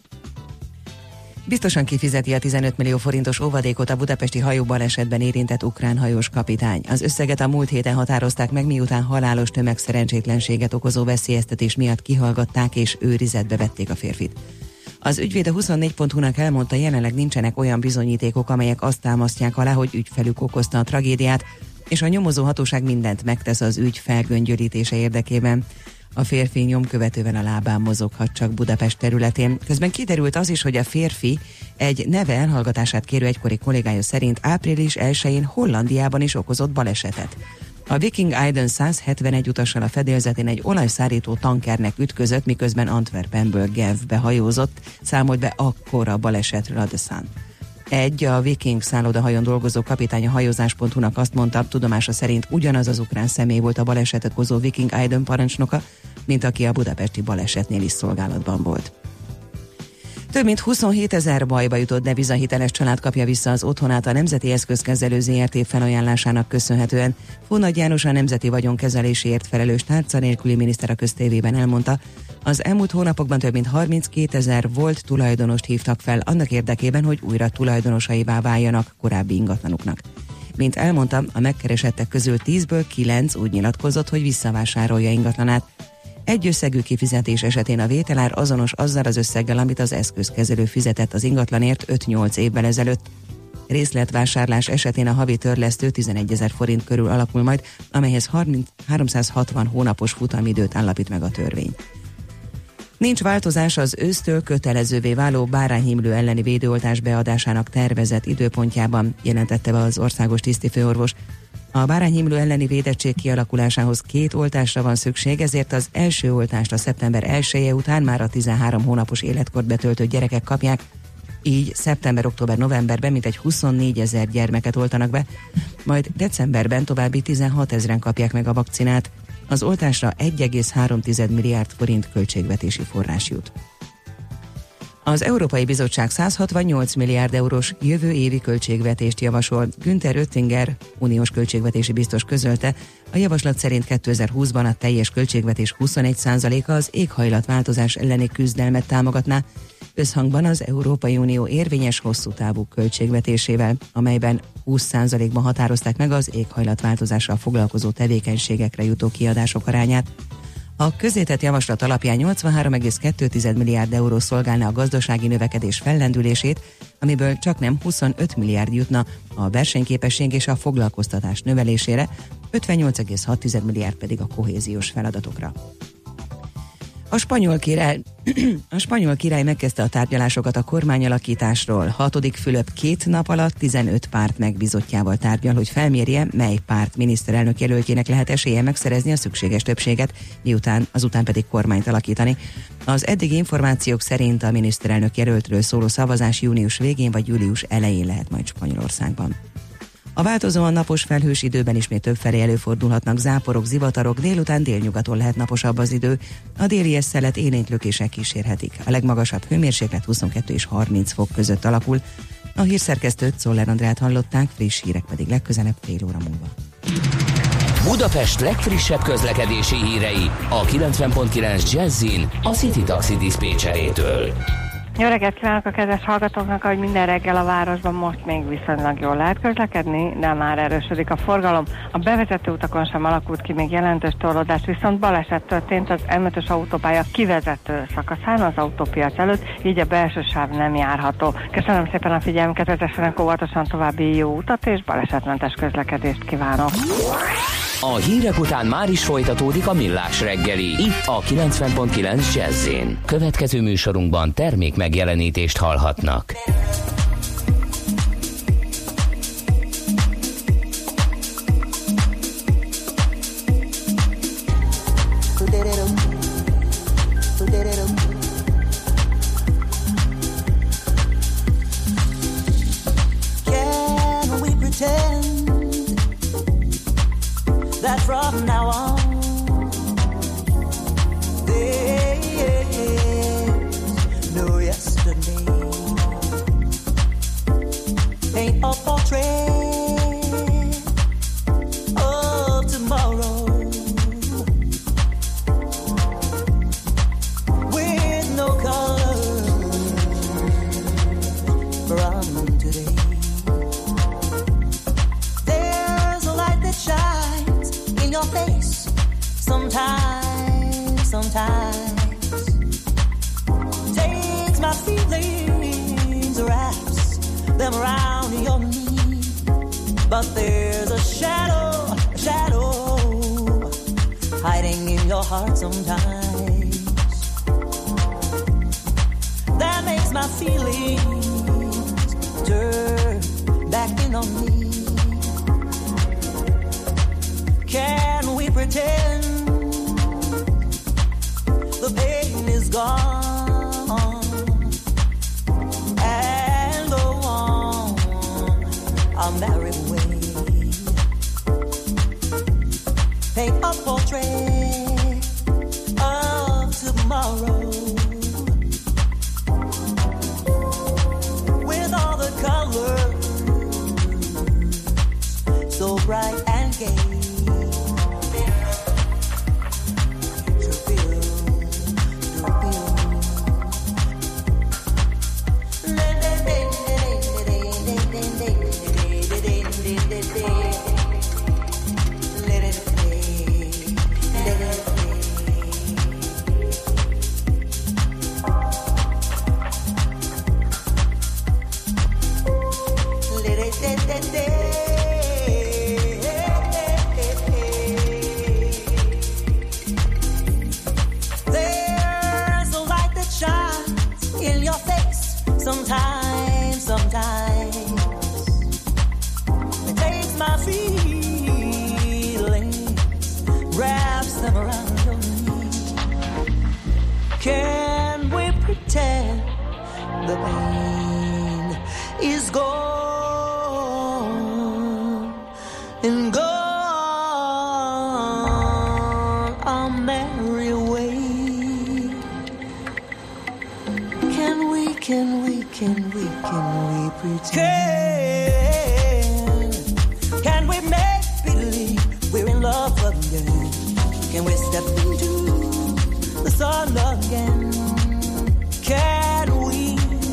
Biztosan kifizeti a 15 millió forintos óvadékot a budapesti hajóbalesetben érintett ukrán hajós kapitány. Az összeget a múlt héten határozták meg, miután halálos tömegszerencsétlenséget okozó veszélyeztetés miatt kihallgatták és őrizetbe vették a férfit. Az ügyvéd a 24.hu-nak elmondta, jelenleg nincsenek olyan bizonyítékok, amelyek azt támasztják alá, hogy ügyfelük okozta a tragédiát, és a nyomozó hatóság mindent megtesz az ügy felgöngyölítése érdekében. A férfi nyomkövetően a lábán mozoghat csak Budapest területén. Közben kiderült az is, hogy a férfi egy neve elhallgatását kérő egykori kollégája szerint április 1-én Hollandiában is okozott balesetet. A Viking Iden 171 utassal a fedélzetén egy olajszárító tankernek ütközött, miközben Antwerpenből Genfbe hajózott, számolt be akkor a balesetről a The Sun. A Viking szállodahajón dolgozó kapitány a hajózás.hu-nak azt mondta, tudomása szerint ugyanaz az ukrán személy volt a balesetet okozó Viking Iden parancsnoka, mint aki a budapesti balesetnél is szolgálatban volt. Több mint 27 000 bajba jutott devizahiteles család kapja vissza az otthonát a Nemzeti Eszközkezelő ZRT felajánlásának köszönhetően. Fónagy János, a Nemzeti Vagyonkezelésért felelős tárca nélküli miniszter a Köztévében elmondta, az elmúlt hónapokban több mint 32 000 volt tulajdonost hívtak fel annak érdekében, hogy újra tulajdonosaivá váljanak korábbi ingatlanuknak. Mint elmondta, a megkeresettek közül 10-ből 9 úgy nyilatkozott, hogy visszavásárolja ingatlanát. Egy összegű kifizetés esetén a vételár azonos azzal az összeggel, amit az eszközkezelő fizetett az ingatlanért 5-8 évvel ezelőtt. Részletvásárlás esetén a havi törlesztő 11 000 forint körül alakul majd, amelyhez 360 hónapos futamidőt állapít meg a törvény. Nincs változás az ősztől kötelezővé váló bárányhimlő elleni védőoltás beadásának tervezett időpontjában, jelentette be az országos tisztifőorvos. A bárányhimlő elleni védettség kialakulásához 2 oltásra van szükség, ezért az első oltást a szeptember 1-je után már a 13 hónapos életkort betöltött gyerekek kapják, így szeptember, október, novemberben mintegy 24 000 gyermeket oltanak be, majd decemberben további 16 000-en kapják meg a vakcinát. Az oltásra 1,3 milliárd forint költségvetési forrás jut. Az Európai Bizottság 168 milliárd eurós jövő évi költségvetést javasol. Günther Oettinger, uniós költségvetési biztos közölte, a javaslat szerint 2020-ban a teljes költségvetés 21%-a az éghajlatváltozás elleni küzdelmet támogatná, összhangban az Európai Unió érvényes hosszú távú költségvetésével, amelyben 20%-ban határozták meg az éghajlatváltozással foglalkozó tevékenységekre jutó kiadások arányát. A közzétett javaslat alapján 83,2 milliárd euró szolgálna a gazdasági növekedés fellendülését, amiből csaknem 25 milliárd jutna a versenyképesség és a foglalkoztatás növelésére, 58,6 milliárd pedig a kohéziós feladatokra. A spanyol király megkezdte a tárgyalásokat a kormányalakításról. 6. Fülöp 2 nap alatt 15 párt megbízottjával tárgyal, hogy felmérje, mely párt miniszterelnök jelöltjének lehet esélye megszerezni a szükséges többséget, azután pedig kormányt alakítani. Az eddigi információk szerint a miniszterelnök jelöltről szóló szavazás június végén vagy július elején lehet majd Spanyolországban. A változóan napos felhős időben ismét többfelé előfordulhatnak záporok, zivatarok, délután délnyugaton lehet naposabb az idő. A déli szelet élénk lökések kísérhetik. A legmagasabb hőmérséklet 22 és 30 fok között alakul. A hírszerkesztőt, Czoller Andrát hallották, friss hírek pedig legközelebb fél óra múlva. Budapest legfrissebb közlekedési hírei a 90.9 Jazzin a City Taxi diszpécserétől. Jó reggelt kívánok a kedves hallgatóknak, ahogy minden reggel a városban most még viszonylag jól lehet közlekedni, de már erősödik a forgalom. A bevezető utakon sem alakult ki még jelentős torlódás, viszont baleset történt az M5-ös autópálya kivezető szakaszán az autópiac előtt, így a belső sáv nem járható. Köszönöm szépen a figyelmüket, vezessenek óvatosan további jó utat és balesetmentes közlekedést kívánok. A hírek után már is folytatódik a Millás reggeli, itt a 90.9 Jazz-én. Következő műsorunkban termék megjelenítést hallhatnak. Can we pretend that from now on there's no yesterday? Paint a portrait of tomorrow with no color from today. There's a light that shines in your face sometimes takes my feelings, wraps them around your knee, but there's a shadow hiding in your heart sometimes that makes my feelings turn back in on me. Can we pretend the pain is gone and go on our merry way? Paint a portrait of tomorrow with all the colors so bright and gay. Sometimes it takes my feelings, the pain is gone and gone our merry way. Can we pretend? Can we make believe we're in love again? Can we step into the sun again? Can we?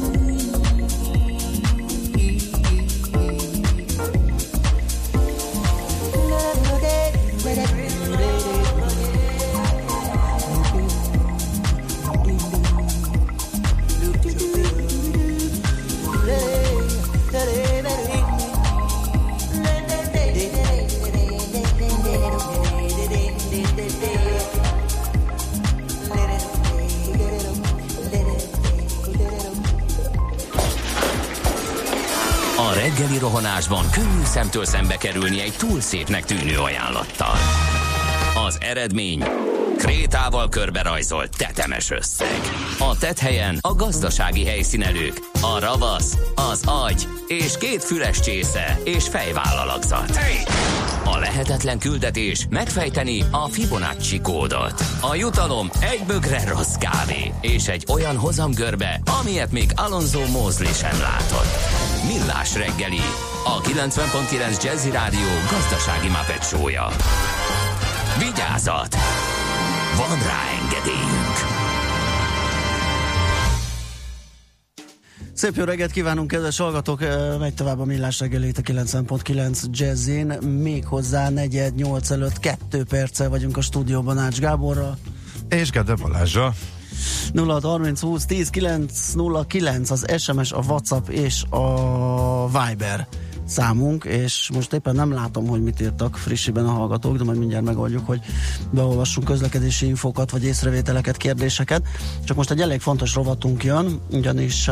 A reggeli rohanásban könnyű szemtől szembe kerülni egy túl szépnek tűnő ajánlattal. Az eredmény krétával körberajzolt tetemes összeg. A tetthelyen a gazdasági helyszínelők, a ravasz, az agy és 2 füles csésze és fejvállalakzat. A lehetetlen küldetés megfejteni a Fibonacci kódot. A jutalom egy bögre rossz kávé és egy olyan hozamgörbe, amilyet még Alonso Mosley sem látott. Millás reggeli, a 90.9 Jazzy Rádió gazdasági Muppet show-ja. Vigyázat! Van rá engedélyünk! Szép jó reggelt kívánunk, kedves hallgatók! Megy tovább a Millás reggelét a 90.9 Jazzin, méghozzá 7:48 előtt 2 perccel vagyunk a stúdióban Ács Gáborral. És Gede Balázsra. 0630 20 10 909 az SMS, a WhatsApp és a Viber számunk, és most éppen nem látom, hogy mit írtak frissiben a hallgatók, de majd mindjárt megoldjuk, hogy beolvassunk közlekedési infókat, vagy észrevételeket, kérdéseket. Csak most egy elég fontos rovatunk jön, ugyanis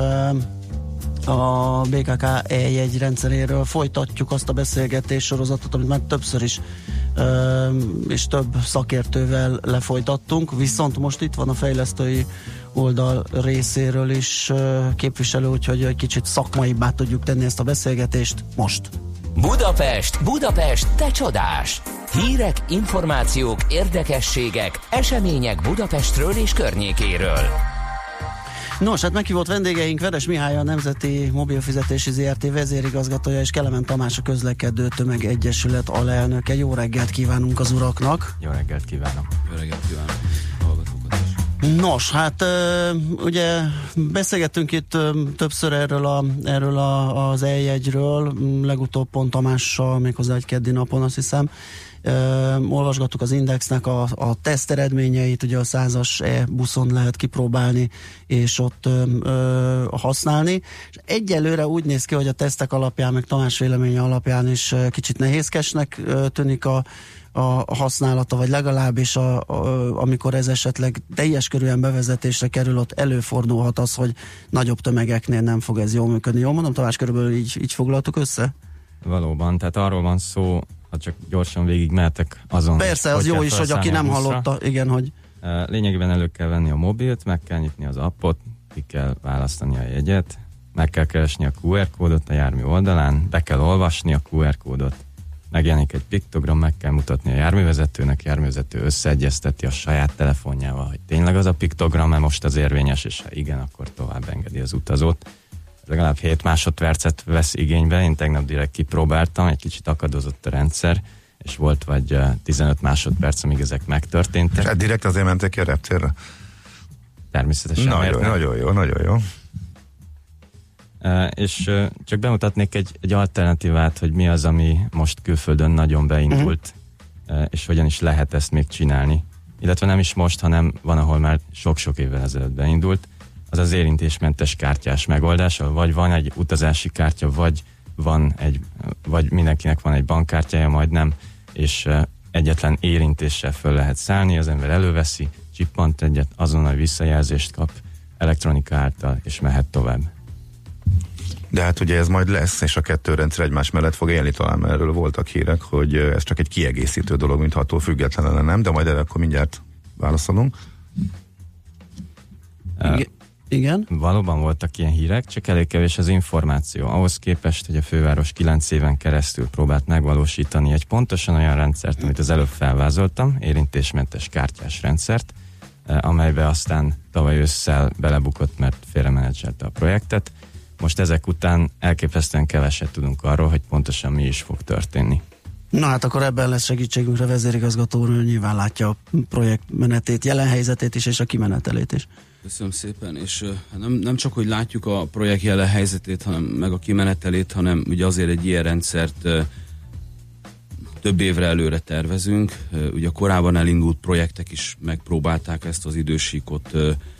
a BKK E1 rendszeréről folytatjuk azt a beszélgetés sorozatot, amit már többször is és több szakértővel lefolytattunk, viszont most itt van a fejlesztői oldal részéről is képviselő, úgyhogy egy kicsit szakmaibbá tudjuk tenni ezt a beszélgetést most. Budapest, te csodás! Hírek, információk, érdekességek, események Budapestről és környékéről. Nos, hát meghívott vendégeink Veres Mihály, a Nemzeti Mobilfizetési Zrt. Vezérigazgatója, és Kelemen Tamás, a Közlekedő Tömeg Egyesület alelnöke. Jó reggelt kívánunk az uraknak! Jó reggelt kívánok! Jó reggelt kívánok! Hallgatókat is! Nos, hát ugye beszélgettünk itt többször erről az E1-ről, legutóbb pont Tamással, méghozzá egy keddi napon, azt hiszem. Olvasgattuk az Indexnek a teszt eredményeit, ugye a 100-as e-buszon lehet kipróbálni és ott használni, és egyelőre úgy néz ki, hogy a tesztek alapján, meg Tamás véleménye alapján is kicsit nehézkesnek tűnik a használata, vagy legalábbis amikor ez esetleg teljes körűen bevezetésre kerül, ott előfordulhat az, hogy nagyobb tömegeknél nem fog ez jól működni. Jól mondom, Tamás, körülbelül így foglaltuk össze? Valóban, tehát arról van szó, ha csak gyorsan végig mehetek azon. Persze, az jó is, hogy aki nem hallotta, igen, hogy... Lényegében elő kell venni a mobilt, meg kell nyitni az appot, ki kell választani a jegyet, meg kell keresni a QR kódot a jármű oldalán, be kell olvasni a QR kódot, megjelenik egy piktogram, meg kell mutatni a járművezetőnek, járművezető összeegyezteti a saját telefonjával, hogy tényleg az a piktogram, mert most az érvényes, és ha igen, akkor tovább engedi az utazót. Legalább 7 másodpercet vesz igénybe, én tegnap direkt kipróbáltam, egy kicsit akadozott a rendszer, és volt vagy 15 másodperc, amíg ezek megtörténtek. És direkt azért mentek ki a reptérre? Természetesen. Nagyon jó. És csak bemutatnék egy alternatívát, hogy mi az, ami most külföldön nagyon beindult, és hogyan is lehet ezt még csinálni. Illetve nem is most, hanem van, ahol már sok-sok évvel ezelőtt beindult. Az az érintésmentes kártyás megoldás, vagy van egy utazási kártya, vagy mindenkinek van egy bankkártyája, majd nem, és egyetlen érintéssel föl lehet szállni, az ember előveszi, csippant egyet, azonnal visszajelzést kap elektronika által, és mehet tovább. De hát ugye ez majd lesz, és a 2 rendszer egymás mellett fog élni, talán erről voltak hírek, hogy ez csak egy kiegészítő dolog, mint attól függetlenül nem, de majd erre akkor mindjárt válaszolunk. Igen. Valóban voltak ilyen hírek, csak elég kevés az információ. Ahhoz képest, hogy a főváros 9 éven keresztül próbált megvalósítani egy pontosan olyan rendszert, amit az előbb felvázoltam, érintésmentes kártyás rendszert, amelybe aztán tavaly ősszel belebukott, mert félremenedzselte a projektet. Most ezek után elképesztően keveset tudunk arról, hogy pontosan mi is fog történni. Na hát akkor ebben lesz segítségünkre vezérigazgató úr, nyilván látja a projekt menetét, jelen helyzetét is, és a kimenetelét is. Köszönöm szépen, és nem csak, hogy látjuk a projekt jelen helyzetét, hanem meg a kimenetelét, hanem ugye azért egy ilyen rendszert több évre előre tervezünk. Ugye a korábban elindult projektek is megpróbálták ezt az idősíkot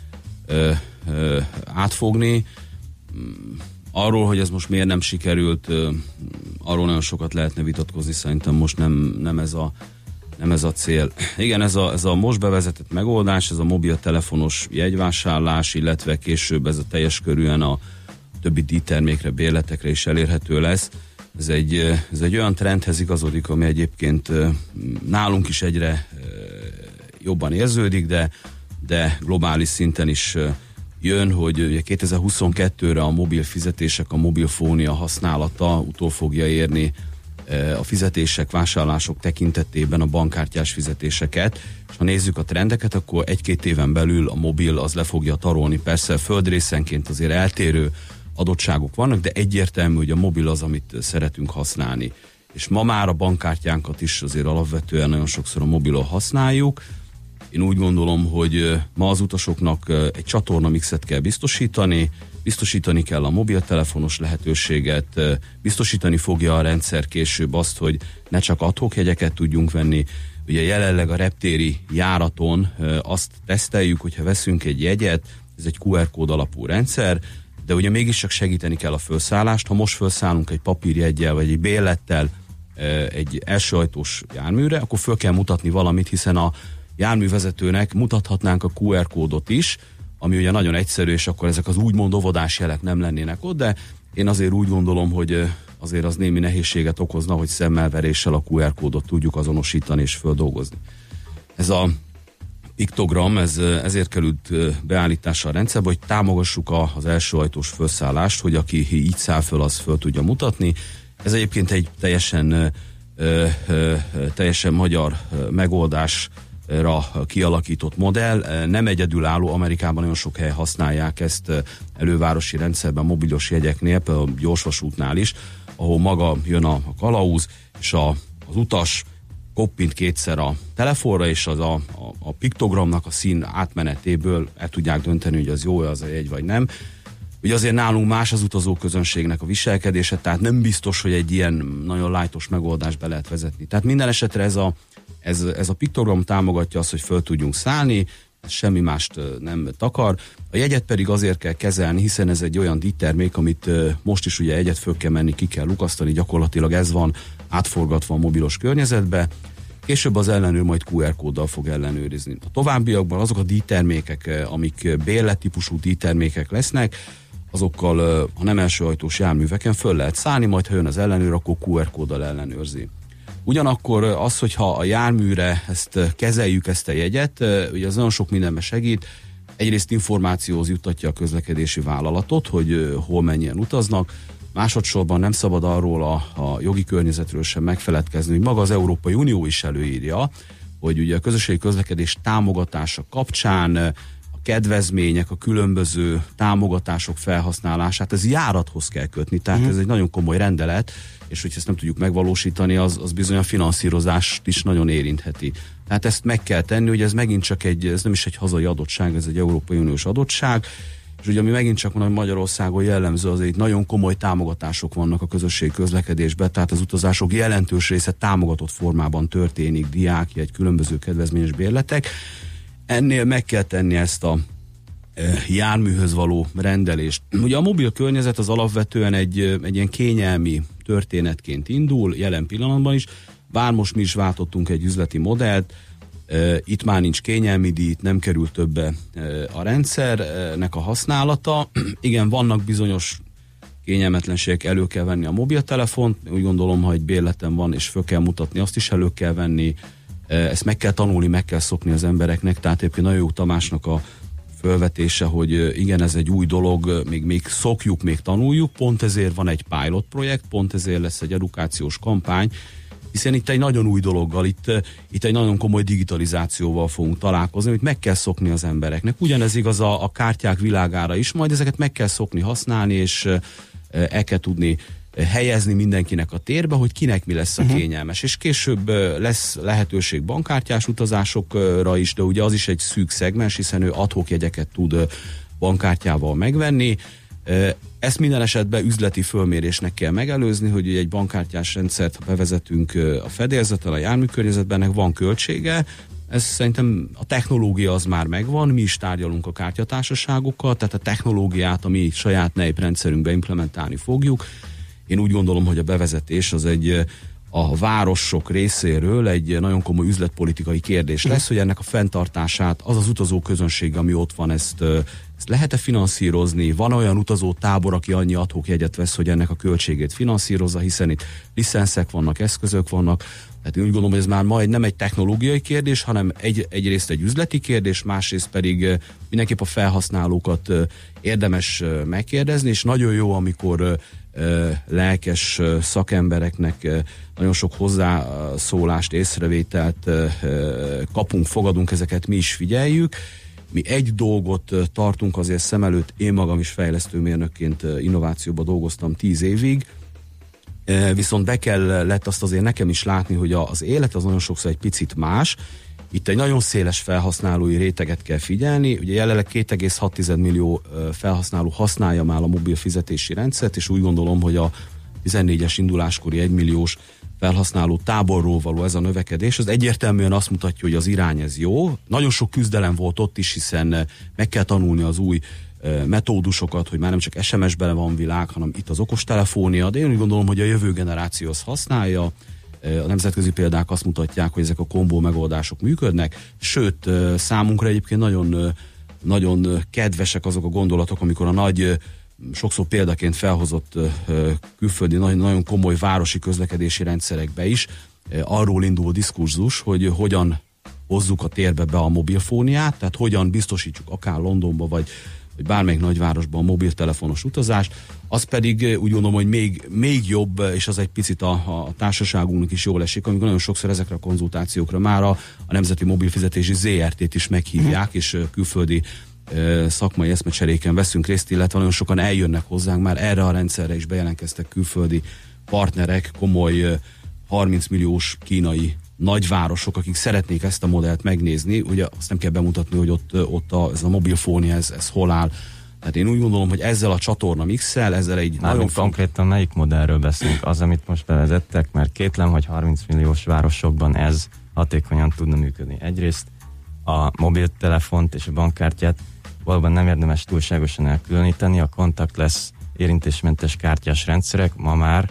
átfogni. Arról, hogy ez most miért nem sikerült, arról nagyon sokat lehetne vitatkozni, szerintem most nem ez a cél. Igen, ez a most bevezetett megoldás, ez a mobiltelefonos jegyvásárlás, illetve később ez a teljes körűen a többi díjtermékre, bérletekre is elérhető lesz. Ez egy olyan trendhez igazodik, ami egyébként nálunk is egyre jobban érződik, de globális szinten is jön, hogy 2022-re a mobil fizetések, a mobilfónia használata utol fogja érni a fizetések, vásárlások tekintetében a bankkártyás fizetéseket, és ha nézzük a trendeket, akkor 1-2 éven belül a mobil az le fogja tarolni. Persze földrészenként azért eltérő adottságok vannak, de egyértelmű, hogy a mobil az, amit szeretünk használni. És ma már a bankkártyánkat is azért alapvetően nagyon sokszor a mobilon használjuk. Én úgy gondolom, hogy ma az utasoknak egy csatornamixet kell biztosítani kell a mobiltelefonos lehetőséget, biztosítani fogja a rendszer később azt, hogy ne csak ad-hoc jegyeket tudjunk venni. Ugye jelenleg a reptéri járaton azt teszteljük, hogyha veszünk egy jegyet, ez egy QR kód alapú rendszer, de ugye mégiscsak segíteni kell a felszállást. Ha most felszállunk egy papírjeggyel vagy egy bérlettel egy elsőajtós járműre, akkor föl kell mutatni valamit, hiszen a járművezetőnek mutathatnánk a QR kódot is, ami ugye nagyon egyszerű, és akkor ezek az úgymond óvodás jelek nem lennének ott, de én azért úgy gondolom, hogy azért az némi nehézséget okozna, hogy szemmelveréssel a QR kódot tudjuk azonosítani és földolgozni. Ez a piktogram, ezért került beállításra a rendszerbe, hogy támogassuk az elsőajtós felszállást, hogy aki így száll föl, az föl tudja mutatni. Ez egyébként egy teljesen magyar megoldás kialakított modell, nem egyedülálló, Amerikában nagyon sok hely használják ezt elővárosi rendszerben, mobilos jegyeknél, például a gyorsvasútnál is, ahol maga jön a kalauz, és az utas koppint kétszer a telefonra, és az a piktogramnak a szín átmenetéből el tudják dönteni, hogy az jó az a jegy, vagy nem. Ugye azért nálunk más az utazóközönségnek a viselkedése, tehát nem biztos, hogy egy ilyen nagyon lightos megoldást be lehet vezetni. Tehát minden esetre ez a piktogram támogatja azt, hogy föl tudjunk szállni, semmi mást nem takar. A jegyet pedig azért kell kezelni, hiszen ez egy olyan díjtermék, amit most is ugye egyet föl kell menni, ki kell lukasztani, gyakorlatilag ez van átforgatva a mobilos környezetbe. Később az ellenőr majd QR kóddal fog ellenőrizni. A továbbiakban azok a díjtermékek, amik bérlettípusú díjtermékek lesznek, azokkal a nem elsőajtós járműveken föl lehet szállni, majd ha jön az ellenőr, akkor QR kóddal ellenőrzi. Ugyanakkor az, hogyha a járműre kezeljük ezt a jegyet, ugye az nagyon sok mindenben segít. Egyrészt információhoz juttatja a közlekedési vállalatot, hogy hol mennyien utaznak. Másodszorban nem szabad arról a jogi környezetről sem megfeledkezni, hogy maga az Európai Unió is előírja, hogy ugye a közösségi közlekedés támogatása kapcsán a kedvezmények, a különböző támogatások felhasználását, ez járathoz kell kötni, tehát ez egy nagyon komoly rendelet, és hogyha ezt nem tudjuk megvalósítani, az bizony a finanszírozást is nagyon érintheti. Tehát ezt meg kell tenni, hogy ez megint csak ez nem is egy hazai adottság, ez egy Európai Uniós adottság, és ugye ami megint csak Magyarországon jellemző, az egy nagyon komoly támogatások vannak a közösségi közlekedésben, tehát az utazások jelentős része támogatott formában történik, diákjegy, különböző kedvezményes bérletek. Ennél meg kell tenni ezt a járműhöz való rendelést. Ugye a mobil környezet az alapvetően egy ilyen kényelmi történetként indul, jelen pillanatban is, bár most mi is váltottunk egy üzleti modellt, itt már nincs kényelmi díj, itt nem kerül többe a rendszernek a használata. Igen, vannak bizonyos kényelmetlenségek, elő kell venni a mobiltelefont, úgy gondolom, ha egy bérletem van, és föl kell mutatni, azt is elő kell venni, ezt meg kell tanulni, meg kell szokni az embereknek, tehát egyébként nagyon jó Tamásnak a fölvetése, hogy igen, ez egy új dolog, még szokjuk, még tanuljuk, pont ezért van egy pilot projekt, pont ezért lesz egy edukációs kampány, hiszen itt egy nagyon új dologgal, itt egy nagyon komoly digitalizációval fogunk találkozni, amit meg kell szokni az embereknek. Ugyanez igaz a kártyák világára is, majd ezeket meg kell szokni használni, és el kell tudni helyezni mindenkinek a térbe, hogy kinek mi lesz a kényelmes. És később lesz lehetőség bankkártyás utazásokra is, de ugye az is egy szűk szegmens, hiszen ő ad hoc jegyeket tud bankkártyával megvenni. Ezt minden esetben üzleti fölmérésnek kell megelőzni, hogy egy bankkártyás rendszert, ha bevezetünk a fedélzeten, a járműkörnyezetben, ennek van költsége. Ez szerintem a technológia az már megvan, mi is tárgyalunk a kártyatársaságokkal, tehát a technológiát a mi saját NEIP rendszerünkbe implementálni fogjuk. Én úgy gondolom, hogy a bevezetés az a városok részéről egy nagyon komoly üzletpolitikai kérdés lesz, hogy ennek a fenntartását, az utazó közönség, ami ott van, ezt lehet-e finanszírozni? Van olyan utazó tábor, aki annyi ad hoc jegyet vesz, hogy ennek a költségét finanszírozza, hiszen itt licenszek vannak, eszközök vannak. Tehát én úgy gondolom, hogy ez már majd nem egy technológiai kérdés, hanem egyrészt egy üzleti kérdés, másrészt pedig mindenképp a felhasználókat érdemes megkérdezni, és nagyon jó, amikor lelkes szakembereknek nagyon sok hozzászólást, észrevételt kapunk, fogadunk, ezeket mi is figyeljük. Mi egy dolgot tartunk azért szem előtt, én magam is fejlesztőmérnökként innovációban dolgoztam 10 évig, viszont be kellett azt azért nekem is látni, hogy az élet az nagyon sokszor egy picit más. Itt egy nagyon széles felhasználói réteget kell figyelni. Ugye jelenleg 2,6 millió felhasználó használja már a mobil fizetési rendszert, és úgy gondolom, hogy a 14-es induláskori 1 milliós felhasználó táborról való ez a növekedés, az egyértelműen azt mutatja, hogy az irány ez jó. Nagyon sok küzdelem volt ott is, hiszen meg kell tanulni az új metódusokat, hogy már nem csak SMS-ben van világ, hanem itt az okostelefónia, de én úgy gondolom, hogy a jövő generáció azt használja. A nemzetközi példák azt mutatják, hogy ezek a kombó megoldások működnek, sőt, számunkra egyébként nagyon, nagyon kedvesek azok a gondolatok, amikor a nagy, sokszor példaként felhozott külföldi, nagyon komoly városi közlekedési rendszerekbe is arról indul diskurzus, hogy hogyan hozzuk a térbe be a mobilfóniát, tehát hogyan biztosítsuk akár Londonba, vagy bármelyik nagyvárosban a mobiltelefonos utazást, az pedig úgy gondolom, hogy még jobb, és az egy picit a társaságunknak is jól esik, amikor nagyon sokszor ezekre a konzultációkra már a Nemzeti Mobilfizetési ZRT-t is meghívják, és külföldi szakmai eszmecseréken veszünk részt, illetve nagyon sokan eljönnek hozzánk, már erre a rendszerre is bejelentkeztek külföldi partnerek, komoly 30 milliós kínai nagyvárosok, akik szeretnék ezt a modellt megnézni, ugye azt nem kell bemutatni, hogy ott ez a mobilfónia, ez hol áll. Tehát én úgy gondolom, hogy ezzel a csatorna mixel, ezzel egy nagyon konkrétan melyik modellről beszélünk? Az, amit most bevezettek, mert kétlem, hogy 30 milliós városokban ez hatékonyan tudna működni. Egyrészt a mobiltelefont és a bankkártyát valóban nem érdemes túlságosan elkülöníteni, a contactless érintésmentes kártyás rendszerek ma már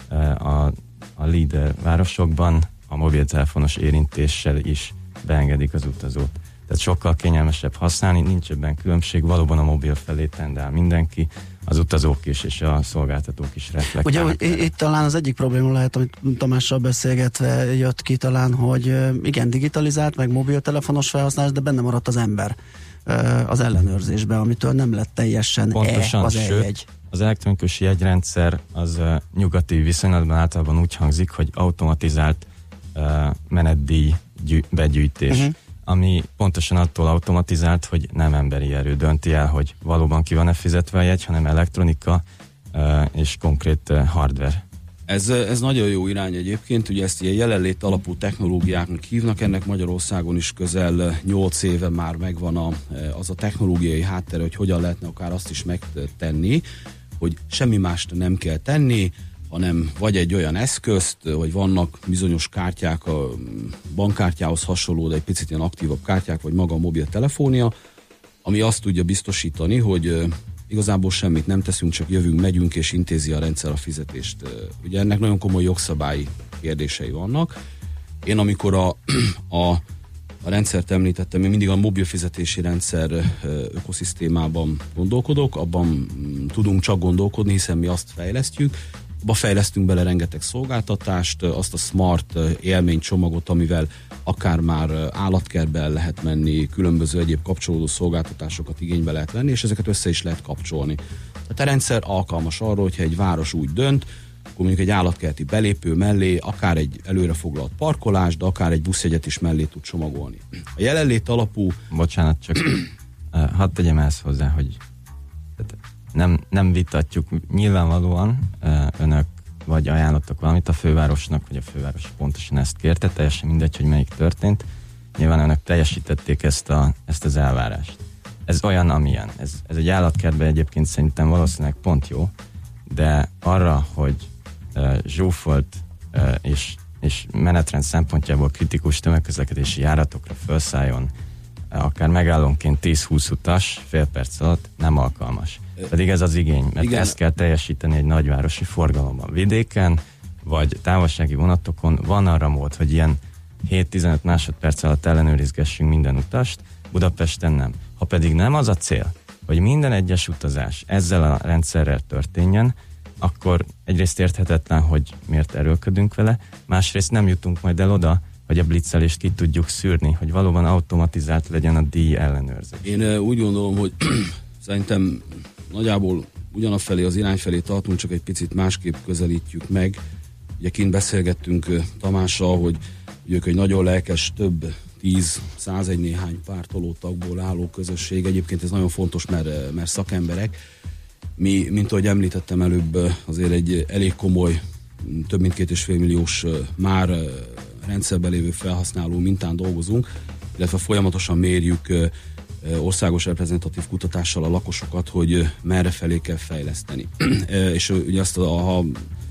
a líder városokban a mobiltelefonos érintéssel is beengedik az utazót. Tehát sokkal kényelmesebb használni, nincs ebben különbség, valóban a mobil felé tendál mindenki, az utazók is és a szolgáltatók is reflektálnak. Ugye itt talán az egyik probléma lehet, amit Tamással beszélgetve jött ki talán, hogy igen, digitalizált, meg mobiltelefonos felhasználás, de benne maradt az ember az ellenőrzésben, amitől nem lett teljesen pontosan, az sőt, e-jegy. Az elektronikus jegyrendszer az nyugati viszonylatban általában úgy hangzik, hogy automatizált menetdíj begyűjtés, ami pontosan attól automatizált, hogy nem emberi erő dönti el, hogy valóban ki van-e fizetve a jegy, hanem elektronika és konkrét hardware. Ez nagyon jó irány egyébként, ugye ezt ilyen jelenlét alapú technológiáknak hívnak, ennek Magyarországon is közel 8 éve már megvan az a technológiai háttere, hogy hogyan lehetne akár azt is megtenni, hogy semmi mást nem kell tenni, hanem vagy egy olyan eszközt, vagy vannak bizonyos kártyák, a bankkártyához hasonló, de egy picit ilyen aktívabb kártyák, vagy maga a mobiltelefónia, ami azt tudja biztosítani, hogy igazából semmit nem teszünk, csak jövünk, megyünk, és intézi a rendszer a fizetést. Ugye ennek nagyon komoly jogszabályi kérdései vannak. Én amikor a rendszert említettem, én mindig a mobil fizetési rendszer ökoszisztémában gondolkodok, abban tudunk csak gondolkodni, hiszen mi azt fejlesztjük, Abba fejlesztünk bele rengeteg szolgáltatást, azt a smart élménycsomagot, amivel akár már állatkertbe lehet menni, különböző egyéb kapcsolódó szolgáltatásokat igénybe lehet venni, és ezeket össze is lehet kapcsolni. Tehát a rendszer alkalmas arra, hogyha egy város úgy dönt, akkor mondjuk egy állatkerti belépő mellé akár egy előrefoglalt parkolás, de akár egy buszjegyet is mellé tud csomagolni. A jelenlét alapú... Bocsánat, csak hadd tegyem ezt hozzá, hogy nem vitatjuk. Nyilvánvalóan önök vagy ajánlottak valamit a fővárosnak, vagy a főváros pontosan ezt kérte, teljesen mindegy, hogy melyik történt. Nyilván önök teljesítették ezt az elvárást. Ez olyan, amilyen. Ez egy állatkertben egyébként szerintem valószínűleg pont jó, de arra, hogy zsúfolt és menetrend szempontjából kritikus tömegközlekedési járatokra felszálljon akár megállónként 10-20 utas fél perc alatt nem alkalmas. Pedig ez az igény, mert igen, ezt kell teljesíteni egy nagyvárosi forgalomban. Vidéken, vagy távolsági vonatokon van arra mód, hogy ilyen 7-15 másodperc alatt ellenőrizgessünk minden utast, Budapesten nem. Ha pedig nem az a cél, hogy minden egyes utazás ezzel a rendszerrel történjen, akkor egyrészt érthetetlen, hogy miért erőlködünk vele, másrészt nem jutunk majd el oda, hogy a blitzelést ki tudjuk szűrni, hogy valóban automatizált legyen a díj ellenőrzés. Én úgy gondolom, hogy szerintem nagyjából ugyanafelé az irány felé tartunk, csak egy picit másképp közelítjük meg. Ugye kint beszélgettünk Tamással, hogy ők egy nagyon lelkes, több 10-101 néhány pártoló tagból álló közösség. Egyébként ez nagyon fontos, mert szakemberek. Mi, mint ahogy említettem előbb, azért egy elég komoly, több mint 2,5 milliós már rendszerben lévő felhasználó mintán dolgozunk, illetve folyamatosan mérjük országos reprezentatív kutatással a lakosokat, hogy merre felé kell fejleszteni. És ugye azt, ha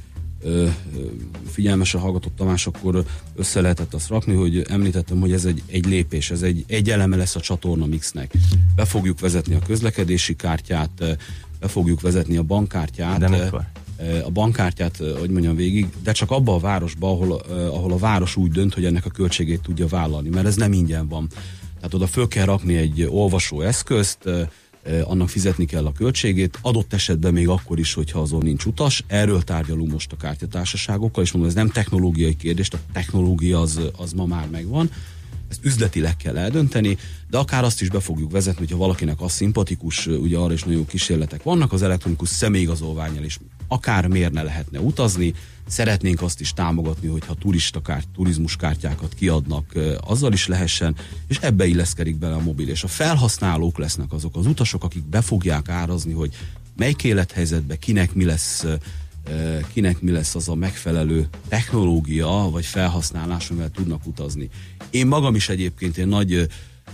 figyelmesen hallgatott Tamás, akkor össze lehetett azt rakni, hogy említettem, hogy ez egy lépés, ez egy eleme lesz a csatorna mixnek. Be fogjuk vezetni a közlekedési kártyát, be fogjuk vezetni a bankkártyát. De mikor? A bankkártyát, hogy mondjam végig, de csak abba a városba, ahol a város úgy dönt, hogy ennek a költségét tudja vállalni, mert ez nem ingyen van. Tehát oda föl kell rakni egy olvasó eszközt, annak fizetni kell a költségét, adott esetben még akkor is, hogyha azon nincs utas. Erről tárgyalunk most a kártyatársaságokkal, és mondom, ez nem technológiai kérdés, a technológia az ma már megvan. Ezt üzletileg kell eldönteni, de akár azt is be fogjuk vezetni, hogyha valakinek az szimpatikus, ugye arra is nagyon kísérletek vannak, az elektronikus személyigazolvánnyal is akár miért ne lehetne utazni. Szeretnénk azt is támogatni, hogyha turizmuskártyákat kiadnak, azzal is lehessen, és ebbe illeszkedik bele a mobil. És a felhasználók lesznek azok az utasok, akik be fogják árazni, hogy melyik élethelyzetben kinek mi lesz az a megfelelő technológia, vagy felhasználás, amivel tudnak utazni. Én magam is egyébként én nagy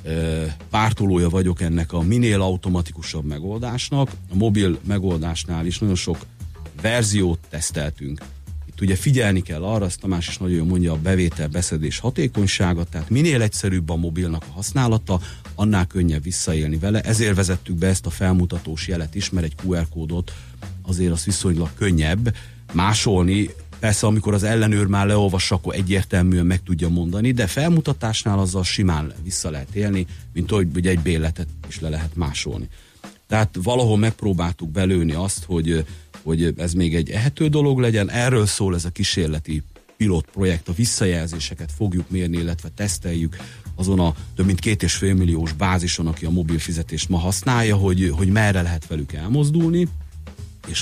pártolója vagyok ennek a minél automatikusabb megoldásnak. A mobil megoldásnál is nagyon sok verziót teszteltünk. Itt ugye figyelni kell arra, azt Tamás is nagyon jól mondja, a bevétel-beszedés hatékonysága, tehát minél egyszerűbb a mobilnak a használata, annál könnyebb visszaélni vele. Ezért vezettük be ezt a felmutatós jelet is, mert egy QR kódot azért az viszonylag könnyebb másolni. Persze, amikor az ellenőr már leolvassa, akkor egyértelműen meg tudja mondani, de felmutatásnál azzal simán vissza lehet élni, mint hogy ugye egy bérletet is le lehet másolni. Tehát valahol megpróbáltuk belőni azt, hogy ez még egy ehető dolog legyen. Erről szól ez a kísérleti pilotprojekt, a visszajelzéseket fogjuk mérni, illetve teszteljük azon a több mint 2,5 milliós bázison, aki a mobil fizetést ma használja, hogy merre lehet velük elmozdulni, és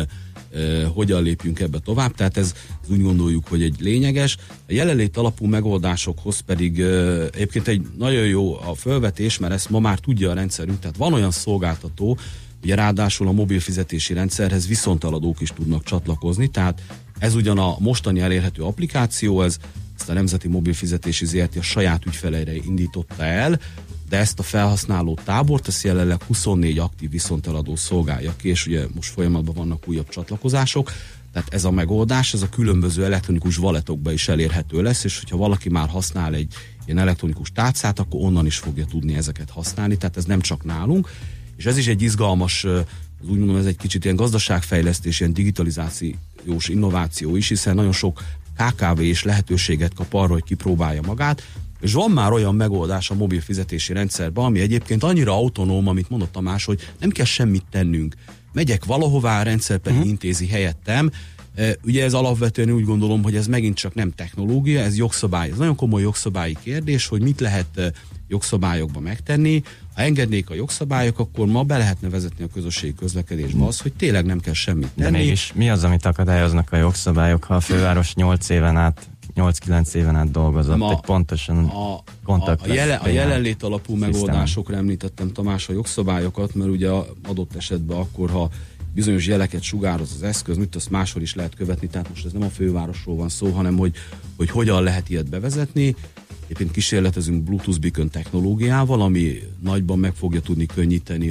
hogyan lépjünk ebbe tovább. Tehát ez úgy gondoljuk, hogy egy lényeges. A jelenlét alapú megoldásokhoz pedig egyébként egy nagyon jó a felvetés, mert ezt ma már tudja a rendszerünk, tehát van olyan szolgáltató, ugye ráadásul a mobil fizetési rendszerhez viszonteladók is tudnak csatlakozni, tehát ez ugyan a mostani elérhető applikáció, ezt a Nemzeti Mobil Fizetési ZRT a saját ügyfeleire indította el, de ezt a felhasználó tábort, ezt jelenleg 24 aktív viszonteladó szolgálja ki, és ugye most folyamatban vannak újabb csatlakozások, tehát ez a megoldás, ez a különböző elektronikus walletokba is elérhető lesz, és hogyha valaki már használ egy ilyen elektronikus tárcát, akkor onnan is fogja tudni ezeket használni, tehát ez nem csak nálunk, és ez is egy izgalmas, úgy mondom, ez egy kicsit ilyen gazdaságfejlesztés, ilyen digitalizációs innováció is, hiszen nagyon sok KKV és lehetőséget kap arra, hogy kipróbálja magát, és van már olyan megoldás a mobil fizetési rendszerben, ami egyébként annyira autonóm, amit mondott Tamás, hogy nem kell semmit tennünk. Megyek valahová, a rendszer pedig intézi helyettem, Ugye ez alapvetően úgy gondolom, hogy ez megint csak nem technológia, ez jogszabály. Ez nagyon komoly jogszabályi kérdés, hogy mit lehet jogszabályokba megtenni. Ha engednék a jogszabályok, akkor ma be lehetne vezetni a közösségi közlekedésbe az, hogy tényleg nem kell semmit tenni. De mégis mi az, amit akadályoznak a jogszabályok, ha a főváros 8-9 éven át dolgozott, egy pontosan a jelenlét alapú megoldásokra említettem, Tamás, a jogszabályokat, mert ugye adott esetben akkor, ha bizonyos jeleket sugároz az eszköz, mit azt máshol is lehet követni, tehát most ez nem a fővárosról van szó, hanem hogy hogyan lehet ilyet bevezetni. Éppen kísérletezünk Bluetooth beacon technológiával, ami nagyban meg fogja tudni könnyíteni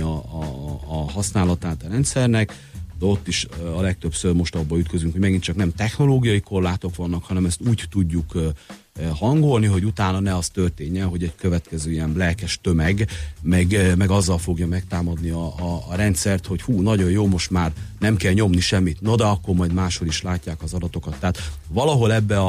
a használatát a rendszernek, de ott is a legtöbbször most abba ütközünk, hogy megint csak nem technológiai korlátok vannak, hanem ezt úgy tudjuk hangolni, hogy utána ne az történjen, hogy egy következő ilyen lelkes tömeg meg azzal fogja megtámadni a rendszert, hogy nagyon jó, most már nem kell nyomni semmit, de akkor majd máshol is látják az adatokat. Tehát valahol ebbe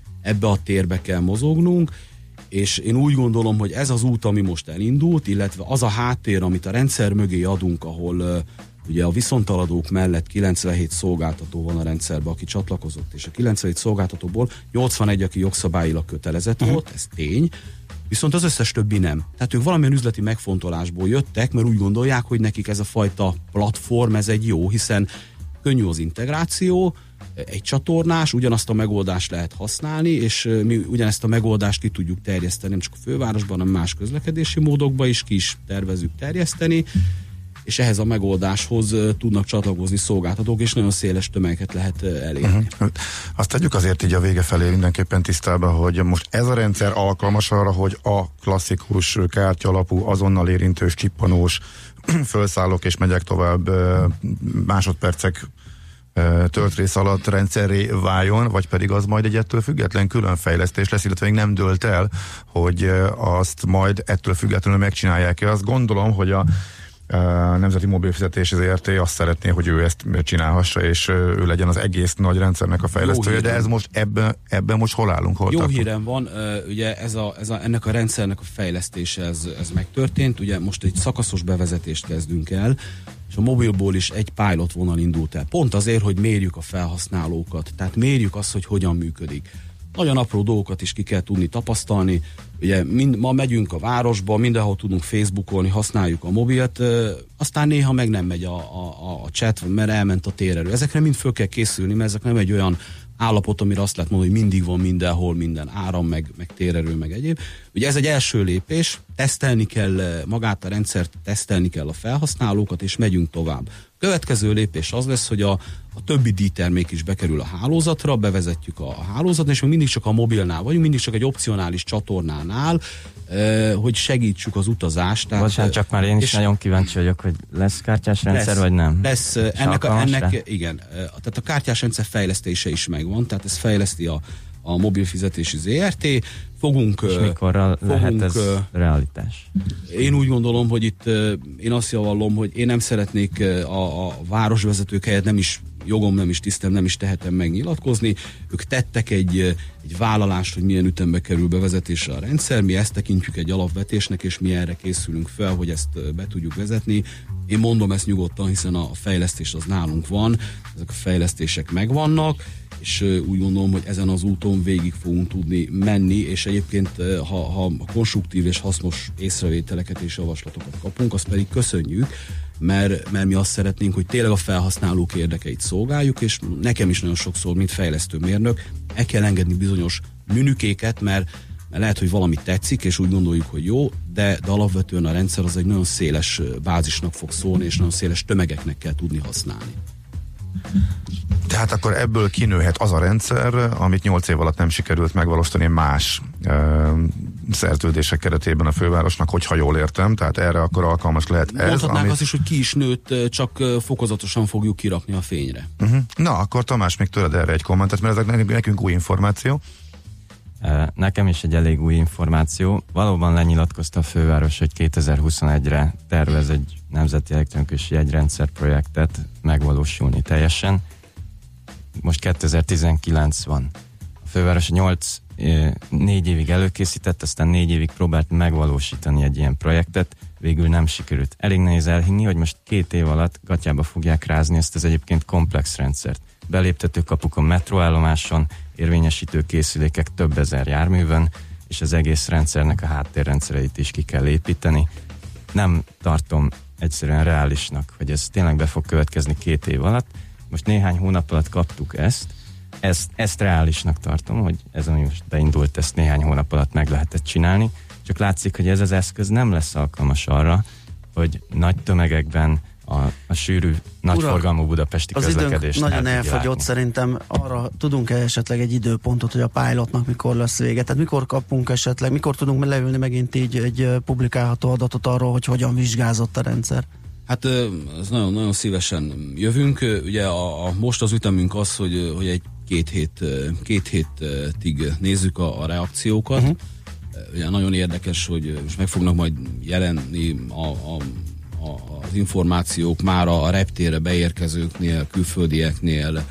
a térbe kell mozognunk, és én úgy gondolom, hogy ez az út, ami most elindult, illetve az a háttér, amit a rendszer mögé adunk, ahol ugye a viszontaladók mellett 97 szolgáltató van a rendszerben, aki csatlakozott, és a 97 szolgáltatóból 81, aki jogszabályilag kötelezett volt, ez tény, viszont az összes többi nem. Tehát ők valamilyen üzleti megfontolásból jöttek, mert úgy gondolják, hogy nekik ez a fajta platform, ez egy jó, hiszen könnyű az integráció, egy csatornás, ugyanazt a megoldást lehet használni, és mi ugyanezt a megoldást ki tudjuk terjeszteni, nem csak a fővárosban, hanem más közlekedési módokba is ki is tervezzük terjeszteni, és ehhez a megoldáshoz tudnak csatlakozni szolgáltatók, és nagyon széles tömegeket lehet elérni. Azt tegyük azért így a vége felé mindenképpen tisztába, hogy most ez a rendszer alkalmas arra, hogy a klasszikus kártya alapú, azonnal érintős, csippanós, felszállok és megyek tovább másodpercek töltrész alatt rendszerré váljon, vagy pedig az majd egy ettől független külön fejlesztés lesz, illetve még nem dőlt el, hogy azt majd ettől függetlenül megcsinálják-e. Azt gondolom, hogy a Nemzeti Mobilfizetési ZRT azt szeretné, hogy ő ezt csinálhassa, és ő legyen az egész nagy rendszernek a fejlesztője, de ez most ebben most hol állunk? Jó hírem van, ugye ennek a rendszernek a fejlesztése ez megtörtént, ugye most egy szakaszos bevezetést kezdünk el, és a mobilból is egy pilot vonal indult el. Pont azért, hogy mérjük a felhasználókat, tehát mérjük azt, hogy hogyan működik. Nagyon apró dolgokat is ki kell tudni tapasztalni. Ugye ma megyünk a városba, mindenhol tudunk Facebookolni, használjuk a mobilt, aztán néha meg nem megy a chat, mert elment a térerő. Ezekre mind föl kell készülni, mert ezek nem egy olyan állapot, amire azt lehet mondani, hogy mindig van mindenhol minden áram, meg térerő, meg egyéb. Ugye ez egy első lépés, tesztelni kell magát a rendszert, tesztelni kell a felhasználókat, és megyünk tovább. Következő lépés az lesz, hogy a többi díjtermék is bekerül a hálózatra, bevezetjük a hálózatra, és még mindig csak a mobilnál vagyunk, mindig csak egy opcionális csatornánál, hogy segítsük az utazást. Bocsánat, csak már én is nagyon kíváncsi vagyok, hogy lesz kártyás rendszer, vagy nem? Lesz, igen, tehát a kártyás rendszer fejlesztése is megvan, tehát ez fejleszti a Mobilfizetési ZRT. És mikorra lehet ez realitás? Én úgy gondolom, hogy itt én azt javallom, hogy én nem szeretnék a városvezetők helyett, nem is jogom, nem is tisztem, nem is tehetem megnyilatkozni. Ők tettek egy vállalást, hogy milyen ütembe kerül bevezetésre a rendszer, mi ezt tekintjük egy alapvetésnek, és mi erre készülünk fel, hogy ezt be tudjuk vezetni. Én mondom ezt nyugodtan, hiszen a fejlesztés az nálunk van, ezek a fejlesztések megvannak, és úgy gondolom, hogy ezen az úton végig fogunk tudni menni, és egyébként ha konstruktív és hasznos észrevételeket és javaslatokat kapunk, azt pedig köszönjük, mert mi azt szeretnénk, hogy tényleg a felhasználók érdekeit szolgáljuk, és nekem is nagyon sokszor, mint fejlesztő mérnök, el kell engedni bizonyos műnükéket, mert lehet, hogy valami tetszik, és úgy gondoljuk, hogy jó, de alapvetően a rendszer az egy nagyon széles bázisnak fog szólni, és nagyon széles tömegeknek kell tudni használni. Tehát akkor ebből kinőhet az a rendszer, amit 8 év alatt nem sikerült megvalósítani más szerződések keretében a fővárosnak, hogyha jól értem, tehát erre akkor alkalmas lehet ez. Mondhatnánk azt is, hogy ki is nőtt, csak fokozatosan fogjuk kirakni a fényre. Na, akkor Tamás, még tőled erre egy kommentet, mert ezek nekünk új információ. Nekem is egy elég új információ. Valóban lenyilatkozta a főváros, hogy 2021-re tervez egy nemzeti elektronikus jegyrendszer projektet megvalósulni teljesen. Most 2019 van. A főváros 4 évig előkészített, aztán 4 évig próbált megvalósítani egy ilyen projektet. végül nem sikerült. Elég nehéz elhinni, hogy most 2 év alatt gatyába fogják rázni ezt az egyébként komplex rendszert. Beléptetőkapukon, metróállomáson, érvényesítő készülékek több ezer járművön, és az egész rendszernek a háttérrendszereit is ki kell építeni. Nem tartom egyszerűen reálisnak, hogy ez tényleg be fog következni 2 év alatt. Most néhány hónap alatt kaptuk ezt reálisnak tartom, hogy ez, ami most beindult, ezt néhány hónap alatt meg lehetett csinálni, csak látszik, hogy ez az eszköz nem lesz alkalmas arra, hogy nagy tömegekben a sűrű, nagyforgalmú budapesti közlekedést nagyon elfogyott, szerintem arra tudunk-e esetleg egy időpontot, hogy a pilotnak mikor lesz vége? Tehát mikor kapunk esetleg, mikor tudunk leülni megint így egy publikálható adatot arról, hogy hogyan vizsgázott a rendszer? Hát ez nagyon szívesen jövünk. Ugye most az ütemünk az, hogy egy két hétig nézzük a reakciókat. Ugye nagyon érdekes, hogy most meg fognak majd jelenni az információk már a reptérre beérkezőknél, külföldieknél,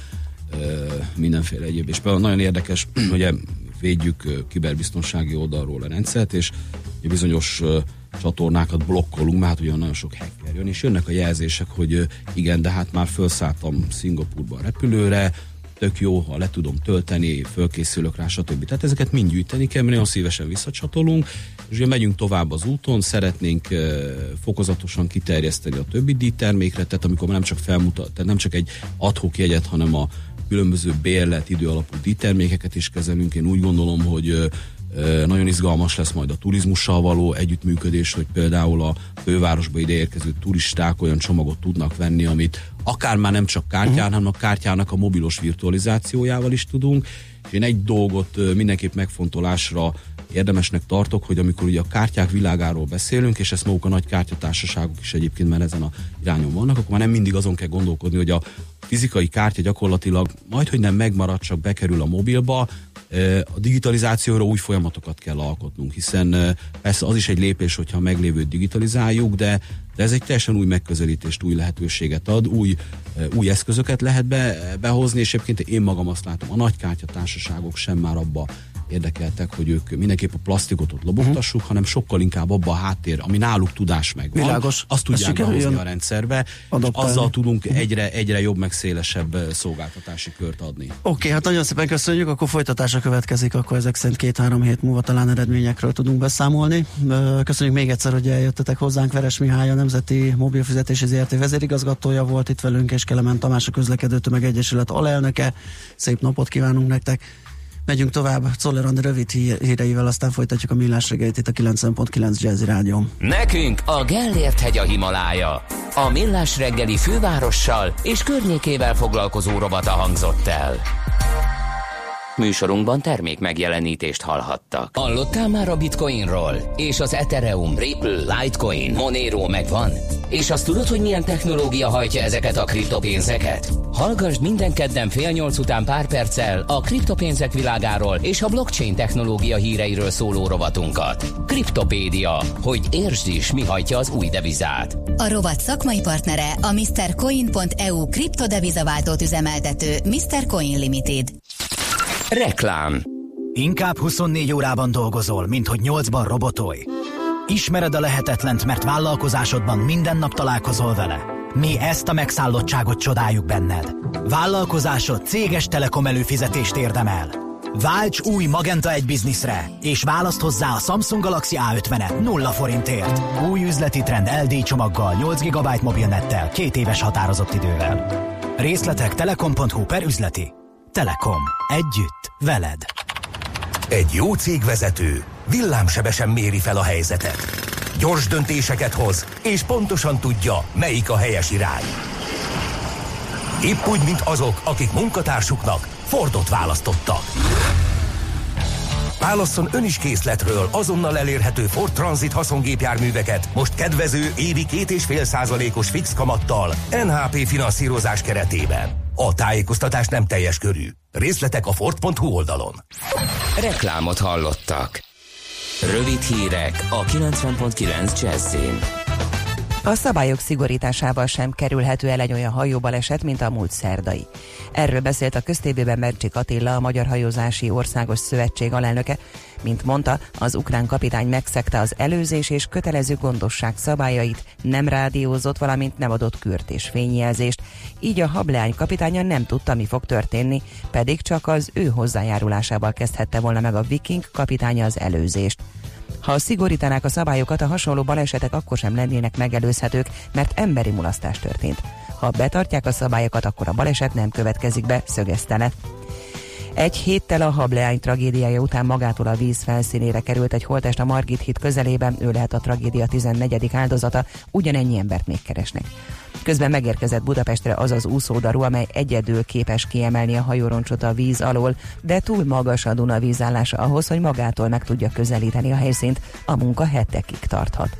mindenféle egyéb. És például nagyon érdekes, hogy védjük kiberbiztonsági oldalról a rendszert, és bizonyos csatornákat blokkolunk, mert hát ugye nagyon sok hacker jön, és jönnek a jelzések, hogy igen, de hát már felszálltam Szingapúrba a repülőre, tök jó, ha le tudom tölteni, fölkészülök rá, stb. Tehát ezeket mind gyűjteni kell, mert nagyon szívesen visszacsatolunk, és ugye megyünk tovább az úton, szeretnénk fokozatosan kiterjeszteni a többi díjtermékre, tehát amikor nem csak felmutat, tehát nem csak egy ad-hoc jegyet, hanem a különböző bérlet, időalapú díjtermékeket is kezelünk. Én úgy gondolom, hogy nagyon izgalmas lesz majd a turizmussal való együttműködés, hogy például a fővárosba ideérkező turisták olyan csomagot tudnak venni, amit akár már nem csak kártyán, hanem a kártyának a mobilos virtualizációjával is tudunk. És én egy dolgot mindenképp megfontolásra érdemesnek tartok, hogy amikor ugye a kártyák világáról beszélünk, és ezt maguk a nagy kártyatársaságok is egyébként már ezen a irányon vannak, akkor már nem mindig azon kell gondolkodni, hogy a fizikai kártya gyakorlatilag majdhogy nem megmarad, csak bekerül a mobilba. A digitalizációra új folyamatokat kell alkotnunk, hiszen persze az is egy lépés, hogyha a meglévőt digitalizáljuk, de ez egy teljesen új megközelítést, új lehetőséget ad, új eszközöket lehet behozni, és egyébként én magam azt látom, a nagy kártyatársaságok sem már abba érdekeltek, hogy ők mindenképp a plastikot ott lobogtassuk, hanem sokkal inkább abba a háttér, ami náluk tudás megvan. Világos. Azt tudják behozni a rendszerbe, és azzal tudunk egyre jobb, meg szélesebb szolgáltatási kört adni. Oké, hát nagyon szépen köszönjük, akkor folytatása következik, akkor ezek szerint 2-3 hét múlva talán eredményekről tudunk beszámolni. Köszönjük még egyszer, hogy eljöttetek hozzánk. Veres Mihály, a Nemzeti Mobilfizetési ZRT vezérigazgatója volt itt velünk, és Kelemen Tamás, a Közlekedő Tömeg Egyesület alelnöke. Szép napot kívánunk nektek! Megyünk tovább Czoller Andi rövid híreivel, aztán folytatjuk a Millás reggelit itt a 90.9 Jazzy Rádión. Nekünk a Gellért-hegy a Himalája. A Millás reggeli fővárossal és környékével foglalkozó rovata hangzott el. Műsorunkban termék megjelenítést hallhattak. Hallottál már a Bitcoinról? És az Ethereum, Ripple, Litecoin, Monero megvan? És azt tudod, hogy milyen technológia hajtja ezeket a kriptopénzeket? Hallgassd minden kedden 7:30 után pár perccel a kriptopénzek világáról és a blockchain technológia híreiről szóló rovatunkat. Kriptopédia, hogy értsd is, mi hajtja az új devizát. A rovat szakmai partnere a MrCoin.eu kriptodevizaváltót üzemeltető Mr. Coin Limited. Reklám. Inkább 24 órában dolgozol, mint hogy 8-ban robotolj. Ismered a lehetetlent, mert vállalkozásodban minden nap találkozol vele. Mi ezt a megszállottságot csodáljuk benned. Vállalkozásod céges telekom előfizetést érdemel. Válts új Magenta 1 Businessre, és választ hozzá a Samsung Galaxy A50-et 0 forintért. Új üzleti trend LD csomaggal, 8 GB mobilnettel, 2 éves határozott idővel. Részletek telekom.hu/üzleti. Telekom. Együtt. Veled. Egy jó cégvezető villámsebesen méri fel a helyzetet. Gyors döntéseket hoz, és pontosan tudja, melyik a helyes irány. Épp úgy, mint azok, akik munkatársuknak Fordot választottak. Válasszon ön is készletről azonnal elérhető Ford Transit haszongépjárműveket most kedvező évi 2,5%-os fix kamattal NHP finanszírozás keretében. A tájékoztatás nem teljes körű. Részletek a Ford.hu oldalon. Reklámot hallottak. Rövid hírek a 90.9 Jazzyn. A szabályok szigorításával sem kerülhető el egy olyan hajóbaleset, mint a múlt szerdai. Erről beszélt a köztévében Bencsik Attila, a Magyar Hajózási Országos Szövetség alelnöke. Mint mondta, az ukrán kapitány megszegte az előzés és kötelező gondosság szabályait, nem rádiózott, valamint nem adott kürt és fényjelzést. Így a hableány kapitánya nem tudta, mi fog történni, pedig csak az ő hozzájárulásával kezdhette volna meg a Viking kapitánya az előzést. Ha szigorítanák a szabályokat, a hasonló balesetek akkor sem lennének megelőzhetők, mert emberi mulasztás történt. Ha betartják a szabályokat, akkor a baleset nem következik be, szögezte le. Egy héttel a hableány tragédiája után magától a víz felszínére került egy holttest a Margit híd közelében, ő lehet a tragédia 14. áldozata, ugyanennyi embert még keresnek. Közben megérkezett Budapestre az az úszódaru, amely egyedül képes kiemelni a hajóroncsot a víz alól, de túl magas a Duna vízállása ahhoz, hogy magától meg tudja közelíteni a helyszínt, a munka hetekig tarthat.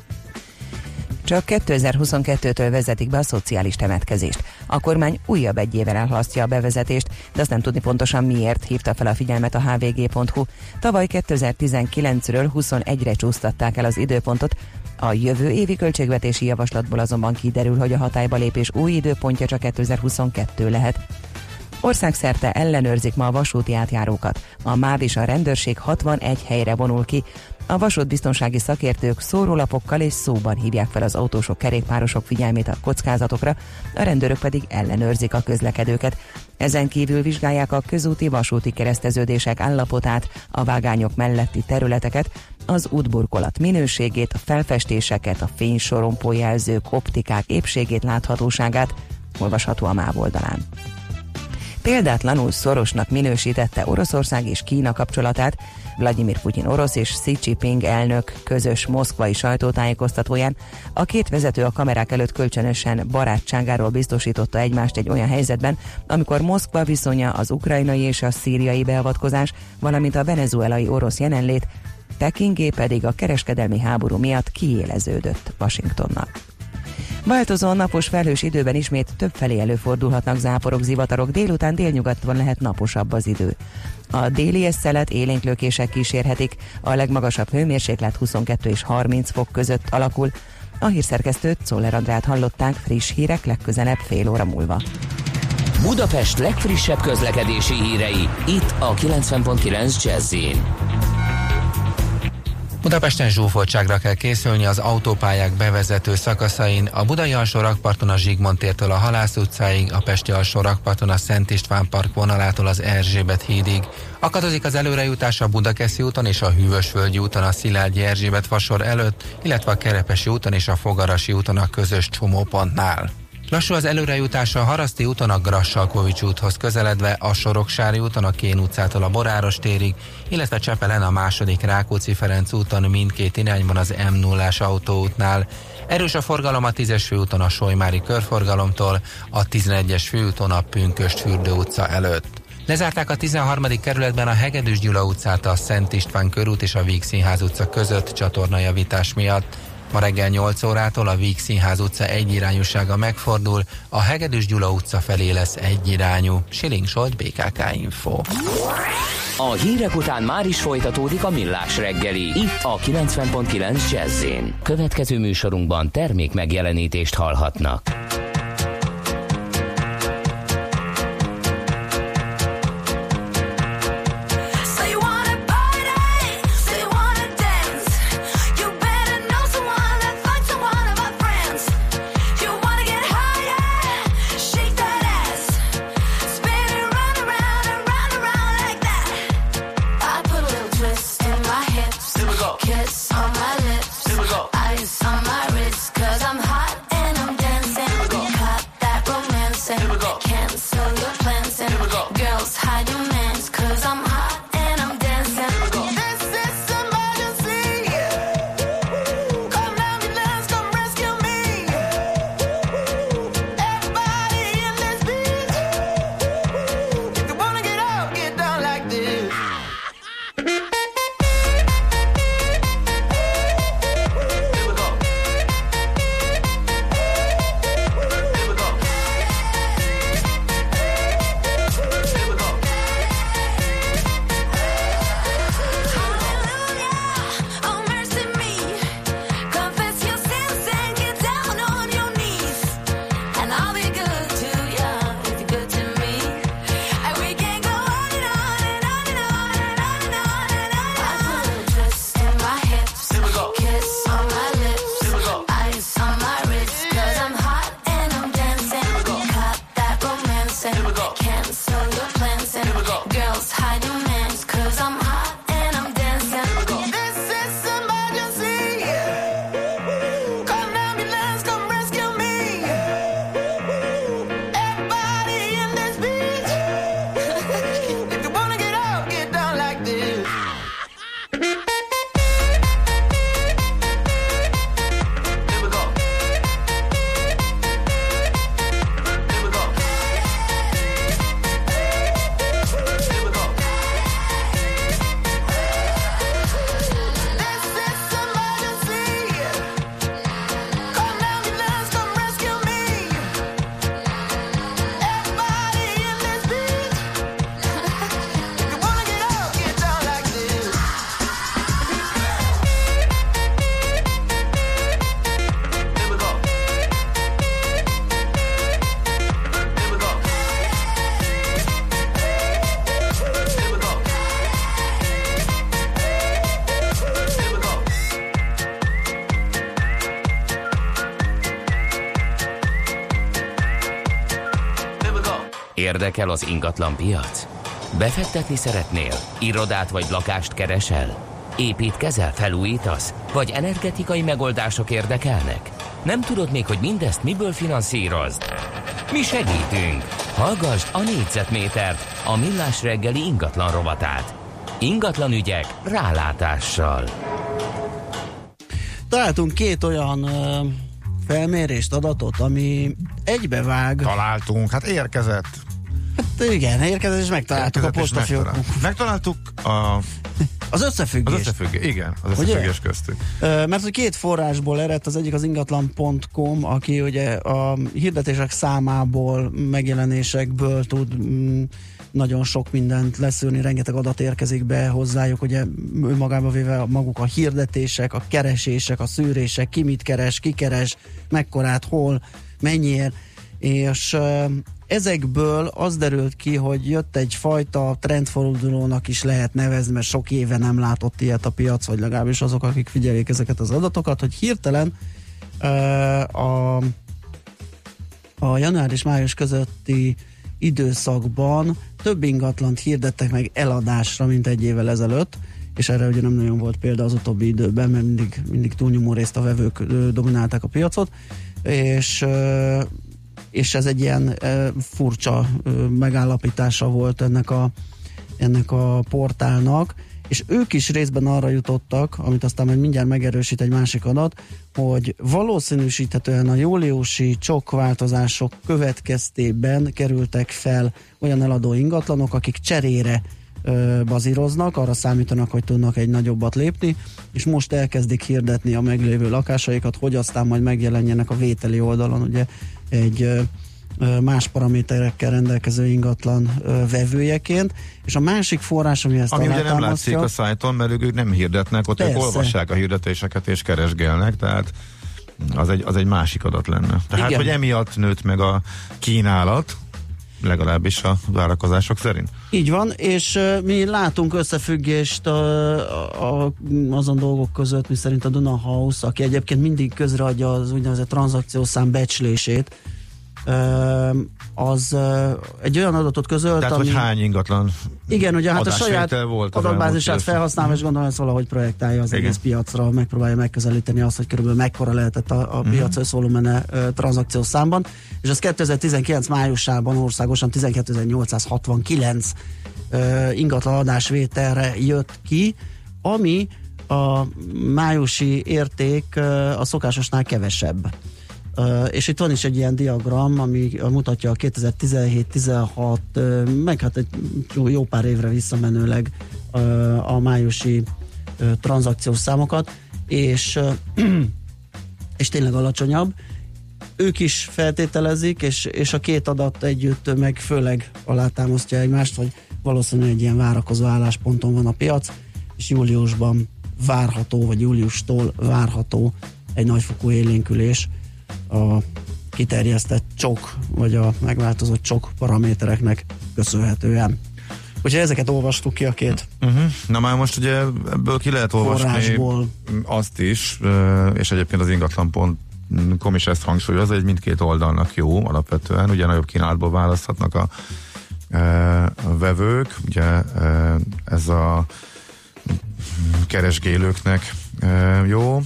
Csak 2022-től vezetik be a szociális temetkezést. A kormány újabb egy évvel elhalasztja a bevezetést, de azt nem tudni pontosan miért, hívta fel a figyelmet a hvg.hu. Tavaly 2019-ről 21-re csúsztatták el az időpontot, a jövő évi költségvetési javaslatból azonban kiderül, hogy a hatályba lépés új időpontja csak 2022 lehet. Országszerte ellenőrzik ma a vasúti átjárókat. A MÁV és a rendőrség 61 helyre vonul ki. A vasútbiztonsági szakértők szórólapokkal és szóban hívják fel az autósok, kerékpárosok figyelmét a kockázatokra, a rendőrök pedig ellenőrzik a közlekedőket. Ezen kívül vizsgálják a közúti vasúti kereszteződések állapotát, a vágányok melletti területeket, az útburkolat minőségét, a felfestéseket, a fénysorompójelzők, optikák épségét, láthatóságát, olvasható a MÁV oldalán. Példátlanul szorosnak minősítette Oroszország és Kína kapcsolatát. Vladimir Putyin orosz és Xi Jinping elnök közös moszkvai sajtótájékoztatóján a két vezető a kamerák előtt kölcsönösen barátságáról biztosította egymást egy olyan helyzetben, amikor Moszkva viszonya, az ukrajnai és a szíriai beavatkozás, valamint a venezuelai orosz jelenlét, Pekingé pedig a kereskedelmi háború miatt kiéleződött Washingtonnal. Változó napos felhős időben ismét többfelé előfordulhatnak záporok, zivatarok, délután délnyugaton lehet naposabb az idő. A déli eszszelet élénklökések kísérhetik, a legmagasabb hőmérséklet 22 és 30 fok között alakul. A hírszerkesztőt, Czoller Andrát hallották, friss hírek legközelebb fél óra múlva. Budapest legfrissebb közlekedési hírei, itt a 90.9 Jazz-in. Budapesten zsúfoltságra kell készülni az autópályák bevezető szakaszain, a Budai alsó rakparton a Zsigmond tértől a Halász utcáig, a Pesti alsó rakparton a Szent István park vonalától az Erzsébet hídig. Akadozik az előrejutás a Budakeszi úton és a Hűvösvölgyi úton a Szilágyi Erzsébet fasor előtt, illetve a Kerepesi úton és a Fogarasi úton a közös csomópontnál. Lassú az előrejutása a Haraszti úton a Grassalkovics úthoz közeledve, a Soroksári úton a Kén utcától a Boráros térig, illetve Csepelen a második Rákóczi-Ferenc úton mindkét irányban az M0-ás autóútnál. Erős a forgalom a 10-es főúton a Solymári körforgalomtól, a 11-es főúton a Pünkösd-Fürdő utca előtt. Lezárták a 13. kerületben a Hegedűs Gyula utcát a Szent István körút és a Víg Színház utca között csatornajavítás miatt. Ma reggel 8 órától a Víg Színház utca egyirányúsága megfordul, a Hegedűs Gyula utca felé lesz egyirányú. Siling Zsolt, BKK Info. A hírek után már is folytatódik a Millás reggeli, itt a 90.9 Jazz-in. Következő műsorunkban termék megjelenítést hallhatnak. Érdekel az ingatlan piac? Befektetni szeretnél? Irodát vagy lakást keresel? Építkezel, felújítasz? Vagy energetikai megoldások érdekelnek? Nem tudod még, hogy mindezt miből finanszírozd? Mi segítünk! Hallgasd a Négyzetmétert, a Millás reggeli ingatlan rovatát. Ingatlan ügyek rálátással. Találtunk két olyan felmérést, adatot, ami egybevág. Találtunk, hát érkezett. Hát igen, érkezett és megtaláltuk a postafiókon. Megtaláltuk az összefüggés. Igen, az összefüggés köztük. Mert hogy két forrásból eredt, az egyik az ingatlan.com, aki ugye a hirdetések számából, megjelenésekből tud nagyon sok mindent leszűrni, rengeteg adat érkezik be hozzájuk, ugye magába véve maguk a hirdetések, a keresések, a szűrések, ki mit keres, ki keres, mekkorát, hol, mennyiért, és ezekből az derült ki, hogy jött egyfajta trendfordulónak is lehet nevezni, mert sok éve nem látott ilyet a piac, vagy legalábbis azok, akik figyelik ezeket az adatokat, hogy hirtelen a január és május közötti időszakban több ingatlant hirdettek meg eladásra, mint egy évvel ezelőtt, és erre ugye nem nagyon volt példa az utóbbi időben, mert mindig túlnyomó részt a vevők dominálták a piacot, és ez egy ilyen furcsa megállapítása volt ennek a portálnak, és ők is részben arra jutottak, amit aztán majd mindjárt megerősít egy másik adat, hogy valószínűsíthetően a júliusi csokkváltozások következtében kerültek fel olyan eladó ingatlanok, akik cserére bazíroznak, arra számítanak, hogy tudnak egy nagyobbat lépni, és most elkezdik hirdetni a meglévő lakásaikat, hogy aztán majd megjelenjenek a vételi oldalon, ugye egy más paraméterekkel rendelkező ingatlan vevőjeként, és a másik forrás, ami ezt ami ugye nem látszik a szájton, mert ők nem hirdetnek, ott ők olvassák a hirdetéseket és keresgélnek, tehát az egy másik adat lenne. Tehát, igen, hogy emiatt nőtt meg a kínálat, legalábbis a várakozások szerint. Így van, és mi látunk összefüggést azon dolgok között, miszerint a Duna House, aki egyébként mindig közreadja az úgynevezett tranzakciószám becslését, az egy olyan adatot közölt, tehát, hogy hány ingatlan. Igen, ugye hát a saját adatbázisát felhasználva, és gondolom, hogy ezt valahogy projektálja az egész piacra, megpróbálja megközelíteni azt, hogy körülbelül mekkora lehetett a piac összvolumene tranzakciós számban, és az 2019 májusában országosan 12.869 ingatlan adásvételre jött ki, ami a májusi érték a szokásosnál kevesebb. És itt van is egy ilyen diagram, ami mutatja a 2017-16, meg hát egy jó pár évre visszamenőleg a májusi tranzakciós számokat, és tényleg alacsonyabb. Ők is feltételezik, és a két adat együtt meg főleg alátámasztja egymást, hogy valószínűleg egy ilyen várakozó állásponton van a piac, és júliusban várható, vagy júliustól várható egy nagyfokú élénkülés a kiterjesztett csok, vagy a megváltozott csok paramétereknek köszönhetően. Úgyhogy ezeket olvastuk ki a két. Na már most ugye ebből ki lehet olvasni forrásból azt is, és egyébként az ingatlan.com is ezt hangsúlyozza, hogy mindkét oldalnak jó alapvetően, ugye nagyobb kínálatból választhatnak a vevők, ugye ez a keresgélőknek jó,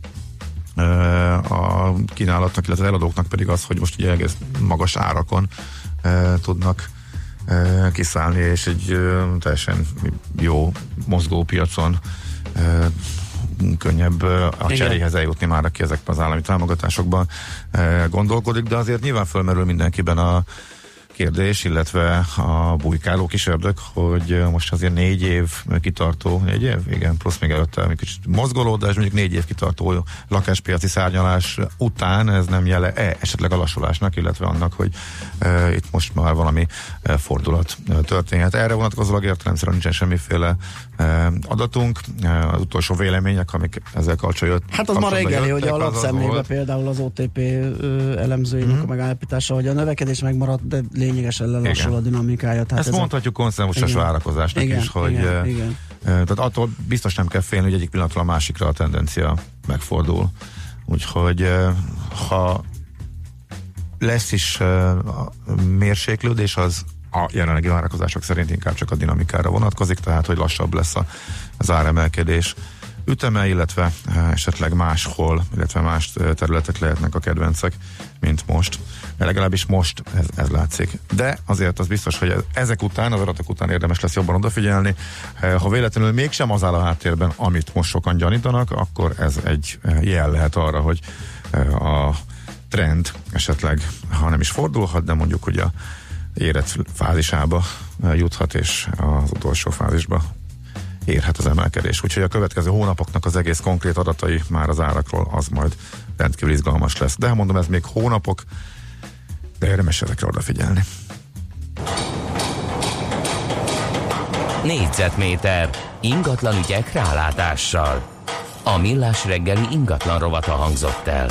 a kínálatnak, illetve az eladóknak pedig az, hogy most ugye egész magas árakon tudnak kiszállni, és egy teljesen jó mozgópiacon könnyebb a cseréhez eljutni már, aki ezekben az állami támogatásokban gondolkodik, de azért nyilván fölmerül mindenkiben a kérdés, illetve a bujkáló kis ördög, hogy most azért 4 év kitartó, 4 év? Igen, plusz még előtte egy kicsit mozgolódás, mondjuk 4 év kitartó lakáspiaci szárnyalás után ez nem jele esetleg a lassulásnak, illetve annak, hogy itt most már valami fordulat történhet. Erre vonatkozólag értelemszerűen nincsen semmiféle adatunk. Az utolsó vélemények, amik ezzel kapcsolatban hát az ma reggeli, hogy a lapszemlébe például az OTP elemzőinek a megállapítása, hogy a növekedés megmaradt, de lényegesen lelassul a dinamikája. Tehát ezt mondhatjuk konszenzusos várakozásnak is, hogy igen. Tehát attól biztos nem kell félni, hogy egyik pillanatról a másikra a tendencia megfordul. Úgyhogy ha lesz is mérséklődés, az a jelenlegi várakozások szerint inkább csak a dinamikára vonatkozik, tehát hogy lassabb lesz az áremelkedés üteme, illetve esetleg máshol, illetve más területek lehetnek a kedvencek, mint most. Legalábbis most ez látszik. De azért az biztos, hogy ezek után, az adatok után érdemes lesz jobban odafigyelni. Ha véletlenül mégsem az áll a háttérben, amit most sokan gyanítanak, akkor ez egy jel lehet arra, hogy a trend esetleg, ha nem is fordulhat, de mondjuk, hogy a érett fázisába juthat, és az utolsó fázisba érhet az emelkedés. Úgyhogy a következő hónapoknak az egész konkrét adatai már az árakról, az majd rendkívül izgalmas lesz. De mondom, ez még hónapok, de érdemes ezekre odafigyelni. Négyzetméter ingatlan ügyek rálátással. A Millás reggeli ingatlan rovata hangzott el.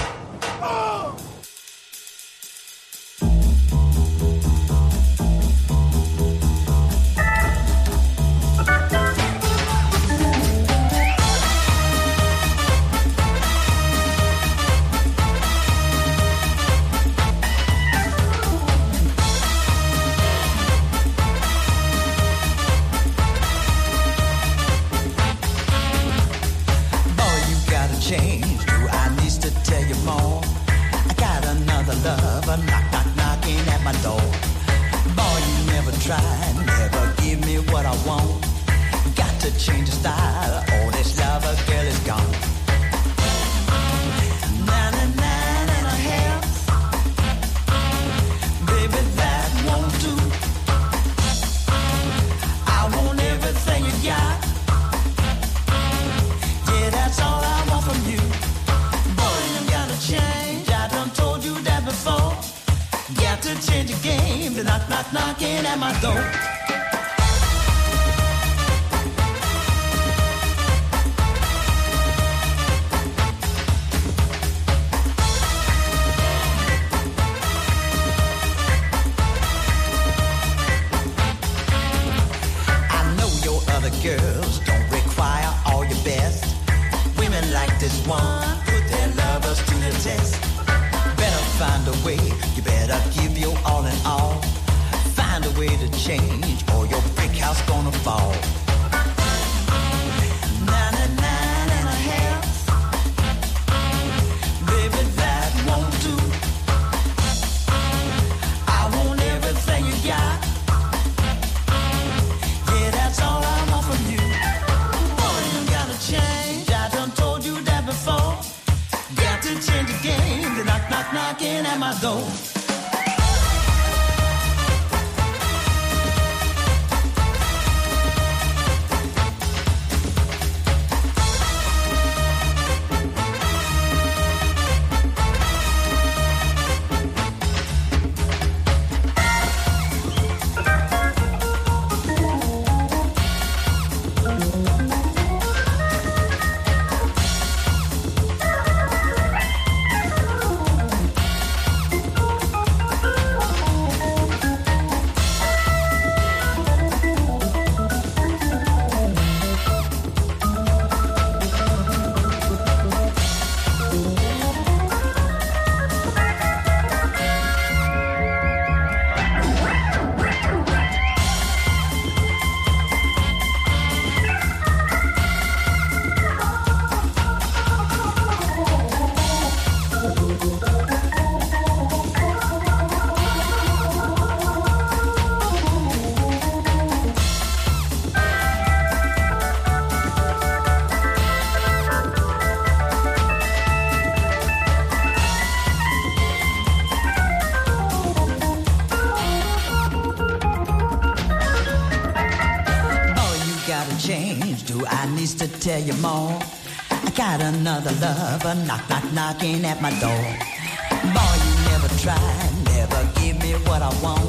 To tell you more, I got another lover knocking at my door. Boy, you never tried, never give me what I want.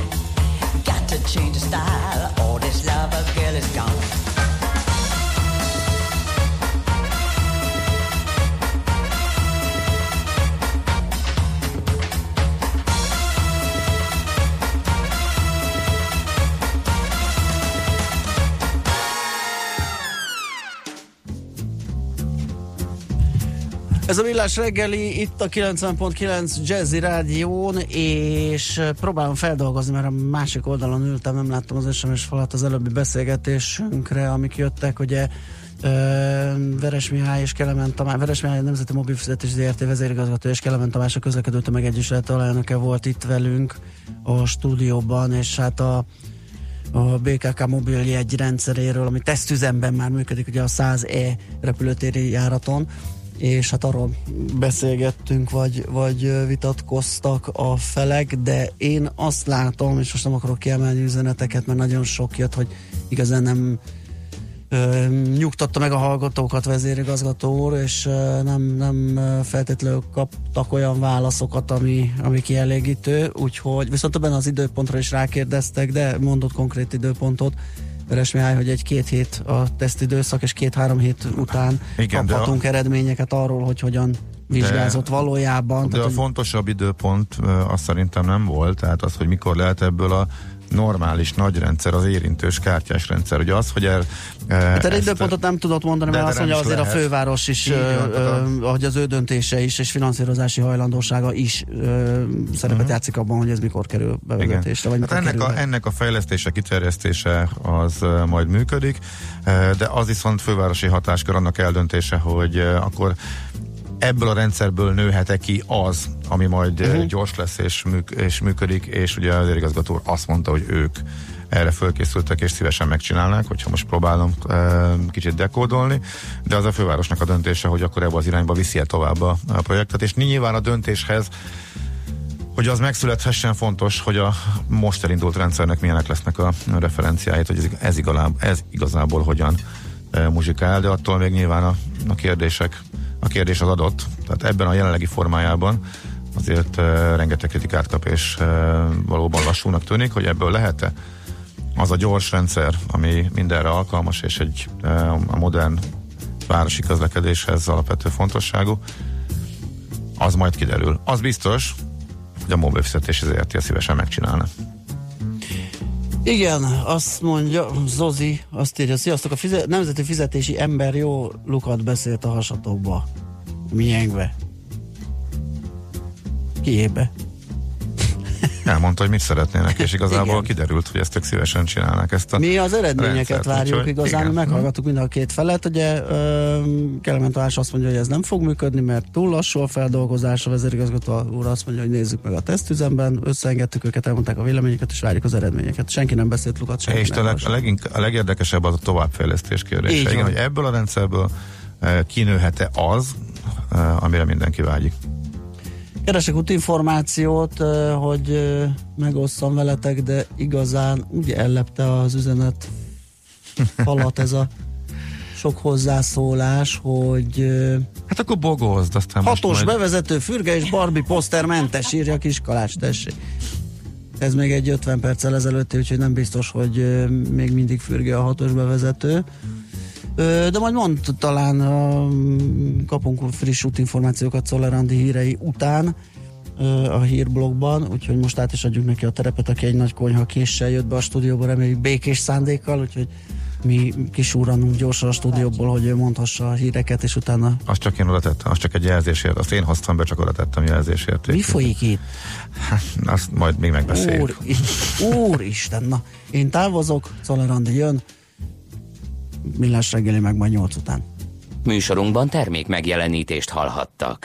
Got to change the style, all this lover girl is gone. Ez a Millás reggeli, itt a 90.9 Jazzy Rádión, és próbálom feldolgozni, mert a másik oldalon ültem, nem láttam az SMS falat az előbbi beszélgetésünkre, amik jöttek, ugye Veres Mihály és Kelemen Tamás, Veres Mihály Nemzeti Mobilfizetés ZRT vezérigazgató és Kelemen Tamás a Közlekedő Tömegegyesület alelnöke volt itt velünk a stúdióban, és hát a BKK mobiljegy rendszeréről, ami tesztüzemben már működik, ugye a 100E repülőtéri járaton, és hát arról beszélgettünk, vagy vitatkoztak a felek, de én azt látom, és most nem akarok kiemelni üzeneteket, mert nagyon sok jött, hogy igazán nem nyugtatta meg a hallgatókat vezérigazgató úr, és nem feltétlenül kaptak olyan válaszokat, ami kielégítő, úgyhogy viszont többen az időpontra is rákérdeztek, de mondott konkrét időpontot Veres Mihály, hogy egy 2 hét a tesztidőszak, és 2-3 hét után kaphatunk eredményeket arról, hogy hogyan vizsgázott valójában. De a fontosabb időpont azt szerintem nem volt, tehát az, hogy mikor lehet ebből a normális nagy rendszer, az érintős kártyás rendszer. Ugye az, hogy hát erre időpontot nem tudott mondani, mert azt mondja, azért lehet. A főváros is, ahogy az ő döntése is, és finanszírozási hajlandósága is szerepet játszik abban, hogy ez mikor kerül bevezetésre. Vagy hát ennek a fejlesztése, kiterjesztése az majd működik, de az viszont fővárosi hatáskör, annak eldöntése, hogy akkor ebből a rendszerből nőhet-e ki az, ami majd gyors lesz és működik, és ugye az igazgató azt mondta, hogy ők erre fölkészültek és szívesen megcsinálnák, hogyha most próbálom kicsit dekódolni, de az a fővárosnak a döntése, hogy akkor ebbe az irányba viszi tovább a projektet, és nyilván a döntéshez, hogy az megszülethessen, fontos, hogy a most elindult rendszernek milyenek lesznek a referenciáit, hogy ez igazából hogyan muzsikál, de attól még nyilván a kérdés az adott, tehát ebben a jelenlegi formájában azért rengeteg kritikát kap, és valóban lassúnak tűnik, hogy ebből lehet-e az a gyors rendszer, ami mindenre alkalmas, és a modern városi közlekedéshez alapvető fontosságú, az majd kiderül. Az biztos, hogy a mobilfizetési ZRT szívesen megcsinálna. Igen, azt mondja, Zozi azt írja, sziasztok, a nemzeti fizetési ember jó lukat beszélt a hasatokba. Miénkbe? Kiébe? Elmondta, hogy mit szeretnének, és igazából kiderült, hogy ezt tök szívesen csinálnak. Mi az eredményeket várjuk igazán, meghallgattuk mind a két felet, ugye Kelemen Tamás azt mondja, hogy ez nem fog működni, mert túl lassú a feldolgozás, a vezérigazgató úr azt mondja, hogy nézzük meg a tesztüzemben, összeengedtük őket, elmondták a véleményeket, és várjuk az eredményeket. Senki nem beszélt lukat, senki és nem. A legérdekesebb az a továbbfejlesztés kérdése. Igen, hogy ebből a rendszerből kinőhet-e az, amire mindenki vágyik. Keresek útinformációt, hogy megosszam veletek, de igazán úgy ellepte az üzenet falat ez a sok hozzászólás, hogy hát akkor bogozd, aztán hatos bevezető, fürge és Barbie poszter mentes, írja Kiskalás, tessék. Ez még egy 50 perccel ezelőtt, úgyhogy nem biztos, hogy még mindig fürge a hatos bevezető. De majd mond, talán kapunk friss útinformációkat Czoller Andi hírei után a hírblogban, úgyhogy most át is adjuk neki a terepet, aki egy nagy konyha késsel jött be a stúdióba, reméljük békés szándékkal, úgyhogy mi kisúranunk gyorsan a stúdióból, hogy ő mondhassa a híreket, és utána... Azt csak én oda tettem, azt csak egy jelzésért, azt én hoztam be, csak oda tettem jelzésért. Mi folyik itt? Azt majd még megbeszéljük. Úristen, na, én távozok, Czoller Andi jön, Millás reggeli meg majd 8 után. Műsorunkban termék megjelenítést hallhattak.